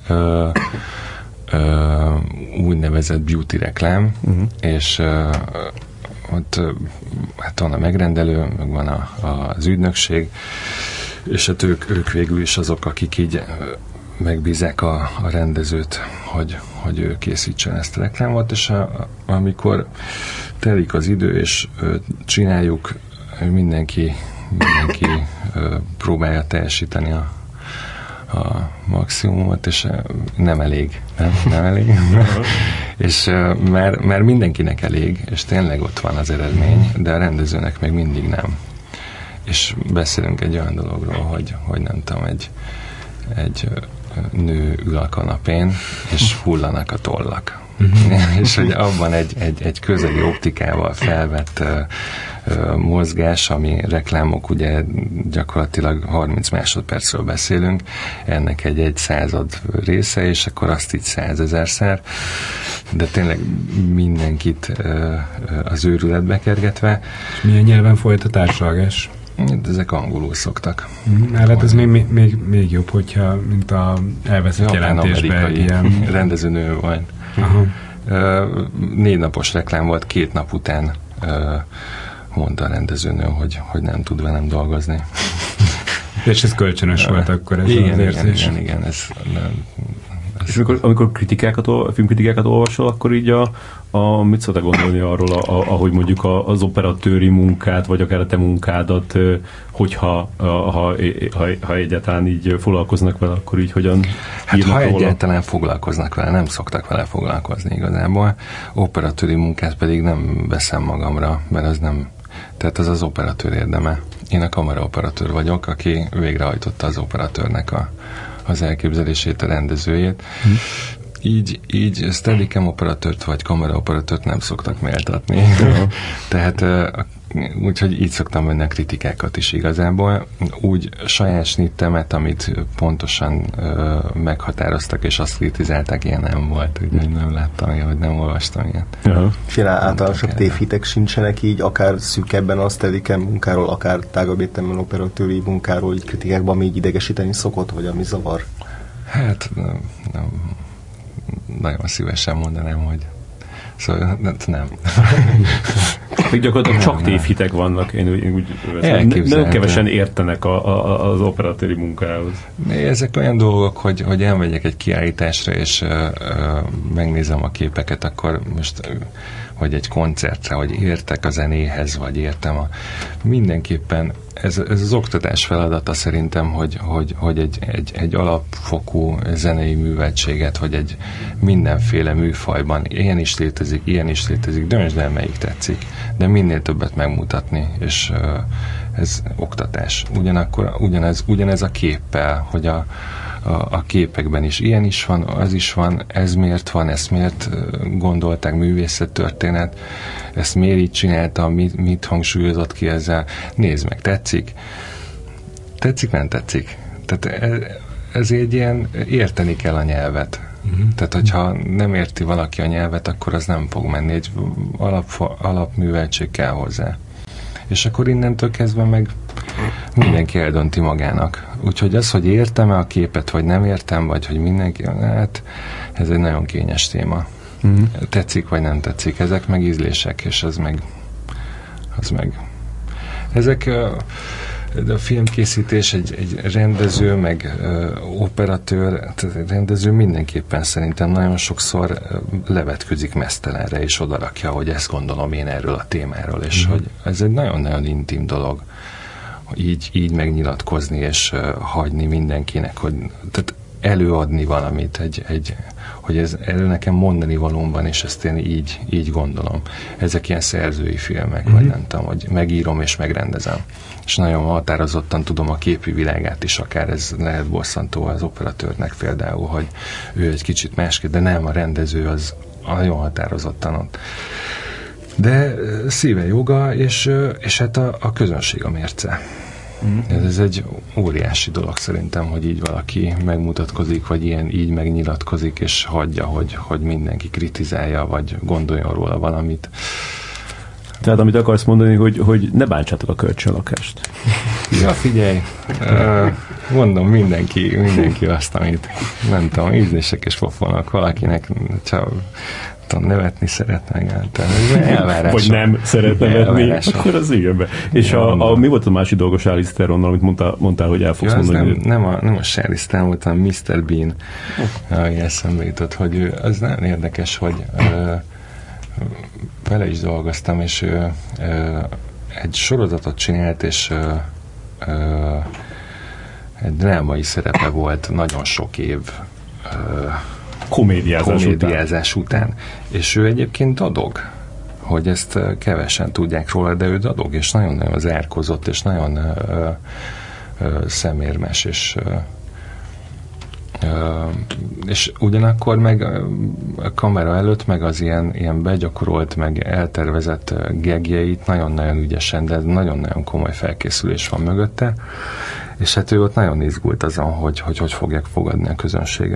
úgynevezett beauty reklám, és ott hát van a megrendelő, meg van az ügynökség, és hát ők végül is azok, akik így megbízzák a rendezőt, hogy ő készítsen ezt a reklámot, és amikor telik az idő, és csináljuk, mindenki próbálja teljesíteni a maximumot, és nem elég. Nem elég. És már mindenkinek elég, és tényleg ott van az eredmény, de a rendezőnek még mindig nem. És beszélünk egy olyan dologról, hogy nem tudom, egy nő ül a kanapén, és hullanak a tollak. És hogy abban egy közeli optikával felvett mozgás, ami reklámok, ugye gyakorlatilag 30 másodpercről beszélünk, ennek egy század része, és akkor azt így 100 000-szer, de tényleg mindenkit az őrületbe kergetve. És milyen nyelven folyt a társalgás? Ezek angolul szoktak. Hát ez még jobb, hogyha mint a elveszett jelentésben ilyen rendezőnő vagy. 4 napos reklám volt, 2 nap után mondta a rendezőnő, hogy nem tud velem dolgozni. És ez kölcsönös volt akkor ez igen, az érzés. Igen. És amikor filmkritikákat olvasol, akkor így mit szoktak gondolni arról, ahogy mondjuk az operatőri munkát, vagy akár a te munkádat, hogyha ha egyáltalán így foglalkoznak vele, akkor így hogyan írnak ha róla? egyáltalán foglalkoznak vele, nem szoktak vele foglalkozni igazából. Operatőri munkát pedig nem veszem magamra, mert az nem, tehát az operatőr érdeme. Én a kameraoperatőr vagyok, aki végrehajtotta az operatőrnek az elképzelését, a rendezőjét. Így Steadicam operatőrt vagy kameraoperatőrt nem szoktak méltatni. Tehát úgyhogy így szoktam venni a kritikákat is igazából. Úgy saját snittemet, amit pontosan meghatároztak, és azt kritizálták, ilyen nem volt. Úgyhogy nem láttam ilyen, vagy nem olvastam ilyet. Fél általánosabb tévhitek sincsenek így, akár szűkebben a Steadicam munkáról, akár tágabb értelemben operatőri munkáról, így kritikákban még idegesíteni szokott, vagy ami zavar? Hát nagyon szívesen mondanám, hogy szóval nem. Még gyakorlatilag csak tévhitek vannak, én úgy nagyon kevesen értenek az operatőri munkához. Ezek olyan dolgok, hogy elmegyek egy kiállításra, és megnézem a képeket, akkor most vagy egy koncertre, hogy értek a zenéhez, vagy értem mindenképpen ez az oktatás feladata szerintem, hogy egy alapfokú zenei műveltséget, vagy egy mindenféle műfajban ilyen is létezik, döntsd el, melyik tetszik, de minél többet megmutatni, és ez oktatás. Ugyanakkor ugyanez a képpel, hogy a képekben is ilyen is van, az is van, ez miért van, ezt miért gondolták, művészettörténet, ezt miért így csináltam, mit hangsúlyozott ki ezzel, nézd meg, tetszik, nem tetszik. Tehát ez egy ilyen, érteni kell a nyelvet. Tehát, hogyha nem érti valaki a nyelvet, akkor az nem fog menni, egy alapműveltség kell hozzá. És akkor innentől kezdve meg mindenki eldönti magának. Úgyhogy az, hogy értem-e a képet, vagy nem értem, vagy hogy mindenki, hát ez egy nagyon kényes téma. Tetszik, vagy nem tetszik. Ezek meg ízlések, és az meg ezek a filmkészítés, egy rendező, meg operatőr, rendező mindenképpen szerintem nagyon sokszor levetkőzik mesztelenre, és odarakja, hogy ezt gondolom én erről a témáról, és hogy ez egy nagyon-nagyon intim dolog, így megnyilatkozni, és hagyni mindenkinek, hogy tehát előadni valamit, hogy ez erről nekem mondani valóm van, és ezt én így gondolom. Ezek ilyen szerzői filmek, vagy nem tudom, hogy megírom és megrendezem. És nagyon határozottan tudom a képi világát is, akár ez lehet bosszantó az operatőrnek például, hogy ő egy kicsit másképp, de nem, a rendező az nagyon határozottan ott. De szíve joga, és hát a közönség a mérce. Ez egy óriási dolog szerintem, hogy így valaki megmutatkozik, vagy így megnyilatkozik, és hagyja, hogy mindenki kritizálja, vagy gondoljon róla valamit. Tehát amit akarsz mondani, hogy ne bántsátok a kölcsönlakást. Ja, figyelj, mondom, mindenki azt, amit nem tudom, ízlések és pofonok valakinek, csak nevetni szeret meg. Elvárás. Vagy nem szeret nevetni, akkor az igen be. És mi volt a másik dolgos Charlize Theronnal, amit mondtál, hogy el fogsz mondani? Nem a Charlize Theron volt, hanem Mr. Bean, ahogy eszembe jutott, hogy ő, az nagyon érdekes, hogy vele is dolgoztam, és ő egy sorozatot csinált, és egy drámai szerepe volt nagyon sok év komédiázás után. És ő egyébként dadog, hogy ezt kevesen tudják róla, de ő dadog, és nagyon-nagyon zárkozott, és nagyon szemérmes, és ugyanakkor meg a kamera előtt, meg az ilyen begyakorolt, meg eltervezett gegjeit nagyon-nagyon ügyesen, de nagyon-nagyon komoly felkészülés van mögötte, és hát ő ott nagyon izgult azon, hogy fogják fogadni a közönség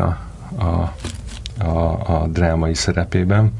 a drámai szerepében.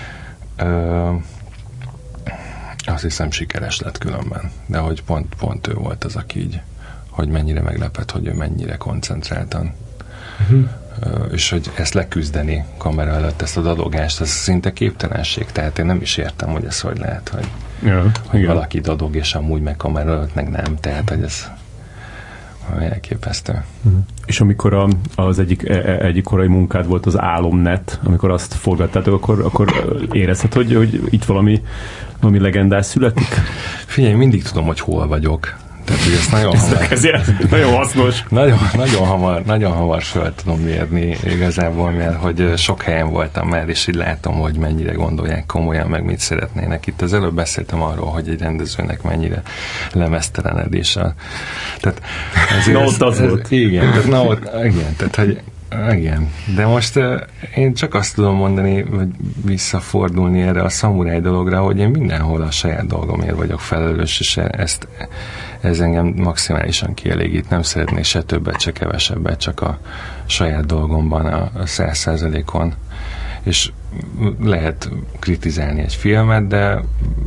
Azt hiszem sikeres lett különben, de hogy pont ő volt az, aki így, hogy mennyire meglepett, hogy ő mennyire koncentráltan. És hogy ezt leküzdeni kamera előtt, ezt a dadogást, az szinte képtelenség, tehát én nem is értem, hogy ez hogy lehet, hogy valaki dadog, és amúgy meg kamera előtt meg nem, tehát hogy ez elképesztő. És amikor az egyik korai munkád volt az Álomnet, amikor azt forgattátok, akkor érezted, hogy itt valami legendás születik? Figyelj, mindig tudom, hogy hol vagyok. Tehát, hogy ezt nagyon hasznos. Nagyon hamar fel tudom mérni igazából, mert hogy sok helyen voltam már, és így látom, hogy mennyire gondolják komolyan, meg mit szeretnének. Itt az előbb beszéltem arról, hogy egy rendezőnek mennyire lemeztelenedése. Tehát ott az volt. Igen, tehát hogy igen, de most én csak azt tudom mondani, hogy visszafordulni erre a szamuráj dologra, hogy én mindenhol a saját dolgomért vagyok felelős, és ez engem maximálisan kielégít. Nem szeretnék se többet, se kevesebbet, csak a saját dolgomban, a 100%-on. És lehet kritizálni egy filmet, de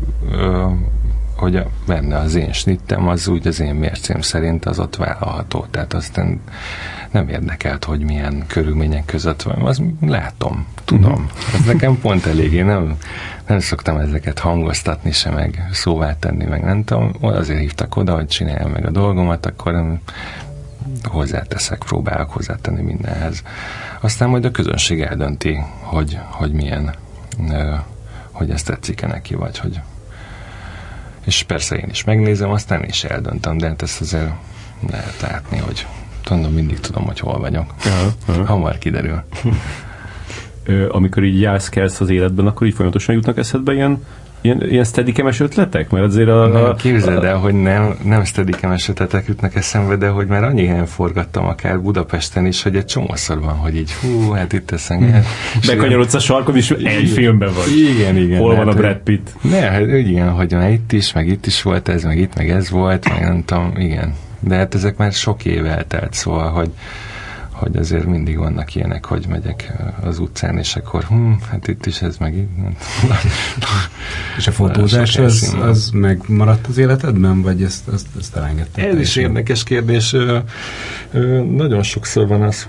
hogy benne az én snittem, az úgy az én mércém szerint az ott vállalható. Tehát aztán nem érdekelt, hogy milyen körülmények között van. Az látom, tudom. Ez nekem pont elég. Én nem szoktam ezeket hangoztatni se, meg szóvá tenni, meg nem tudom. Azért hívtak oda, hogy csináljam meg a dolgomat, akkor hozzáteszek, próbálok hozzátenni mindenhez. Aztán majd a közönség eldönti, hogy milyen, hogy ezt tetszik-e neki, vagy hogy. És persze én is megnézem, aztán is eldöntöm, de hát ezt azért lehet látni, hogy mindig tudom, hogy hol vagyok. Hamar kiderül. Amikor így jársz-kelsz az életben, akkor így folyamatosan jutnak eszedbe ilyen steadicam-es ötletek? Mert azért képzeld el, hogy nem steadicam-es ötletek jutnak eszembe, de hogy már annyi helyen forgattam, akár Budapesten is, hogy egy csomószor van, hogy így hát itt teszem. Bekanyarodsz a sarkon, és egy filmben vagy. Igen. Hol van a Brad Pitt? Hát igen, hogy már itt is, meg itt is volt ez, meg itt, meg ez volt, meg nem tudom, igen. De hát ezek már sok év eltelt, szóval, hogy azért mindig vannak ilyenek, hogy megyek az utcán, és akkor hát itt is ez meg itt. És a fotózás az megmaradt az életedben, vagy ezt elengedted? Ez is érdekes kérdés. Nagyon sokszor van az,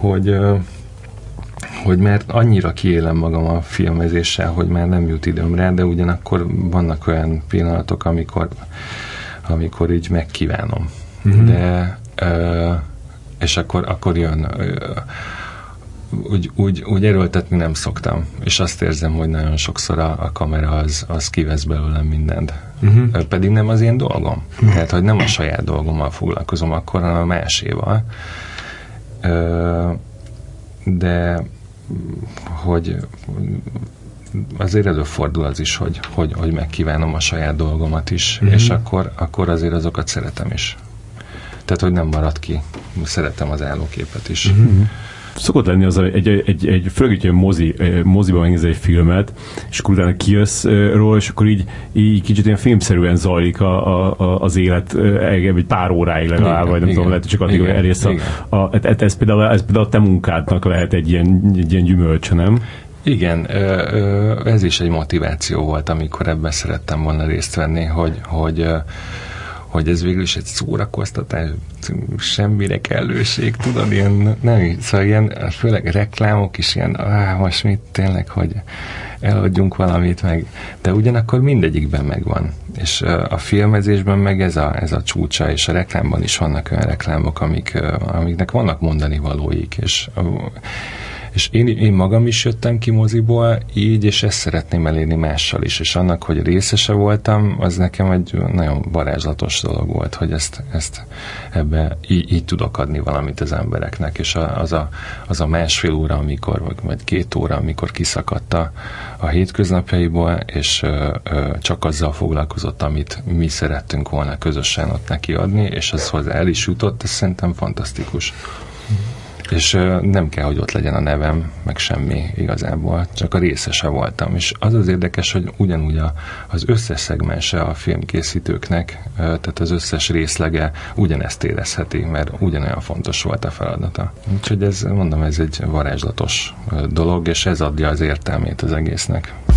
hogy már annyira kiélem magam a filmezéssel, hogy már nem jut időm rá, de ugyanakkor vannak olyan pillanatok, amikor így megkívánom. De és akkor jön úgy erőltetni nem szoktam, és azt érzem, hogy nagyon sokszor a kamera az kivesz belőlem mindent. Pedig nem az én dolgom. Tehát, hogy nem a saját dolgommal foglalkozom akkor, hanem a máséval. De hogy azért előfordul az is, hogy megkívánom a saját dolgomat is, és akkor azért azokat szeretem is. Tehát, hogy nem marad ki. Szeretem az állóképet is. Szokott lenni az főleg egy moziban megnézel egy filmet, és akkor utána kijössz róla, és akkor így kicsit ilyen filmszerűen zajlik az élet egy pár óráig legalább, vagy nem tudom, lehet, hogy csak addig elérsz ez például a te munkádnak lehet egy ilyen gyümölcse, nem? Igen, ez is egy motiváció volt, amikor ebben szerettem volna részt venni, hogy ez végül is egy szórakoztatás, semmire kellőség, tudod, ilyen, nem, szóval ilyen, főleg reklámok is ilyen, most mit tényleg, hogy eladjunk valamit meg, de ugyanakkor mindegyikben megvan. És a filmezésben meg ez a csúcsa, és a reklámban is vannak olyan reklámok, amiknek vannak mondani valóik, és én magam is jöttem ki moziból így, és ezt szeretném elérni mással is, és annak, hogy részese voltam, az nekem egy nagyon varázslatos dolog volt, hogy ezt ebbe így tudok adni valamit az embereknek, és az a másfél óra, amikor, vagy 2 óra, amikor kiszakadt a hétköznapjaiból, és csak azzal foglalkozott, amit mi szerettünk volna közösen ott neki adni, és az hozzá el is jutott, ez szerintem fantasztikus. És nem kell, hogy ott legyen a nevem, meg semmi igazából, csak a részese voltam. És az az érdekes, hogy ugyanúgy az összes szegmense a filmkészítőknek, tehát az összes részlege ugyanezt érezheti, mert ugyanolyan fontos volt a feladata. Úgyhogy ez egy varázslatos dolog, és ez adja az értelmét az egésznek.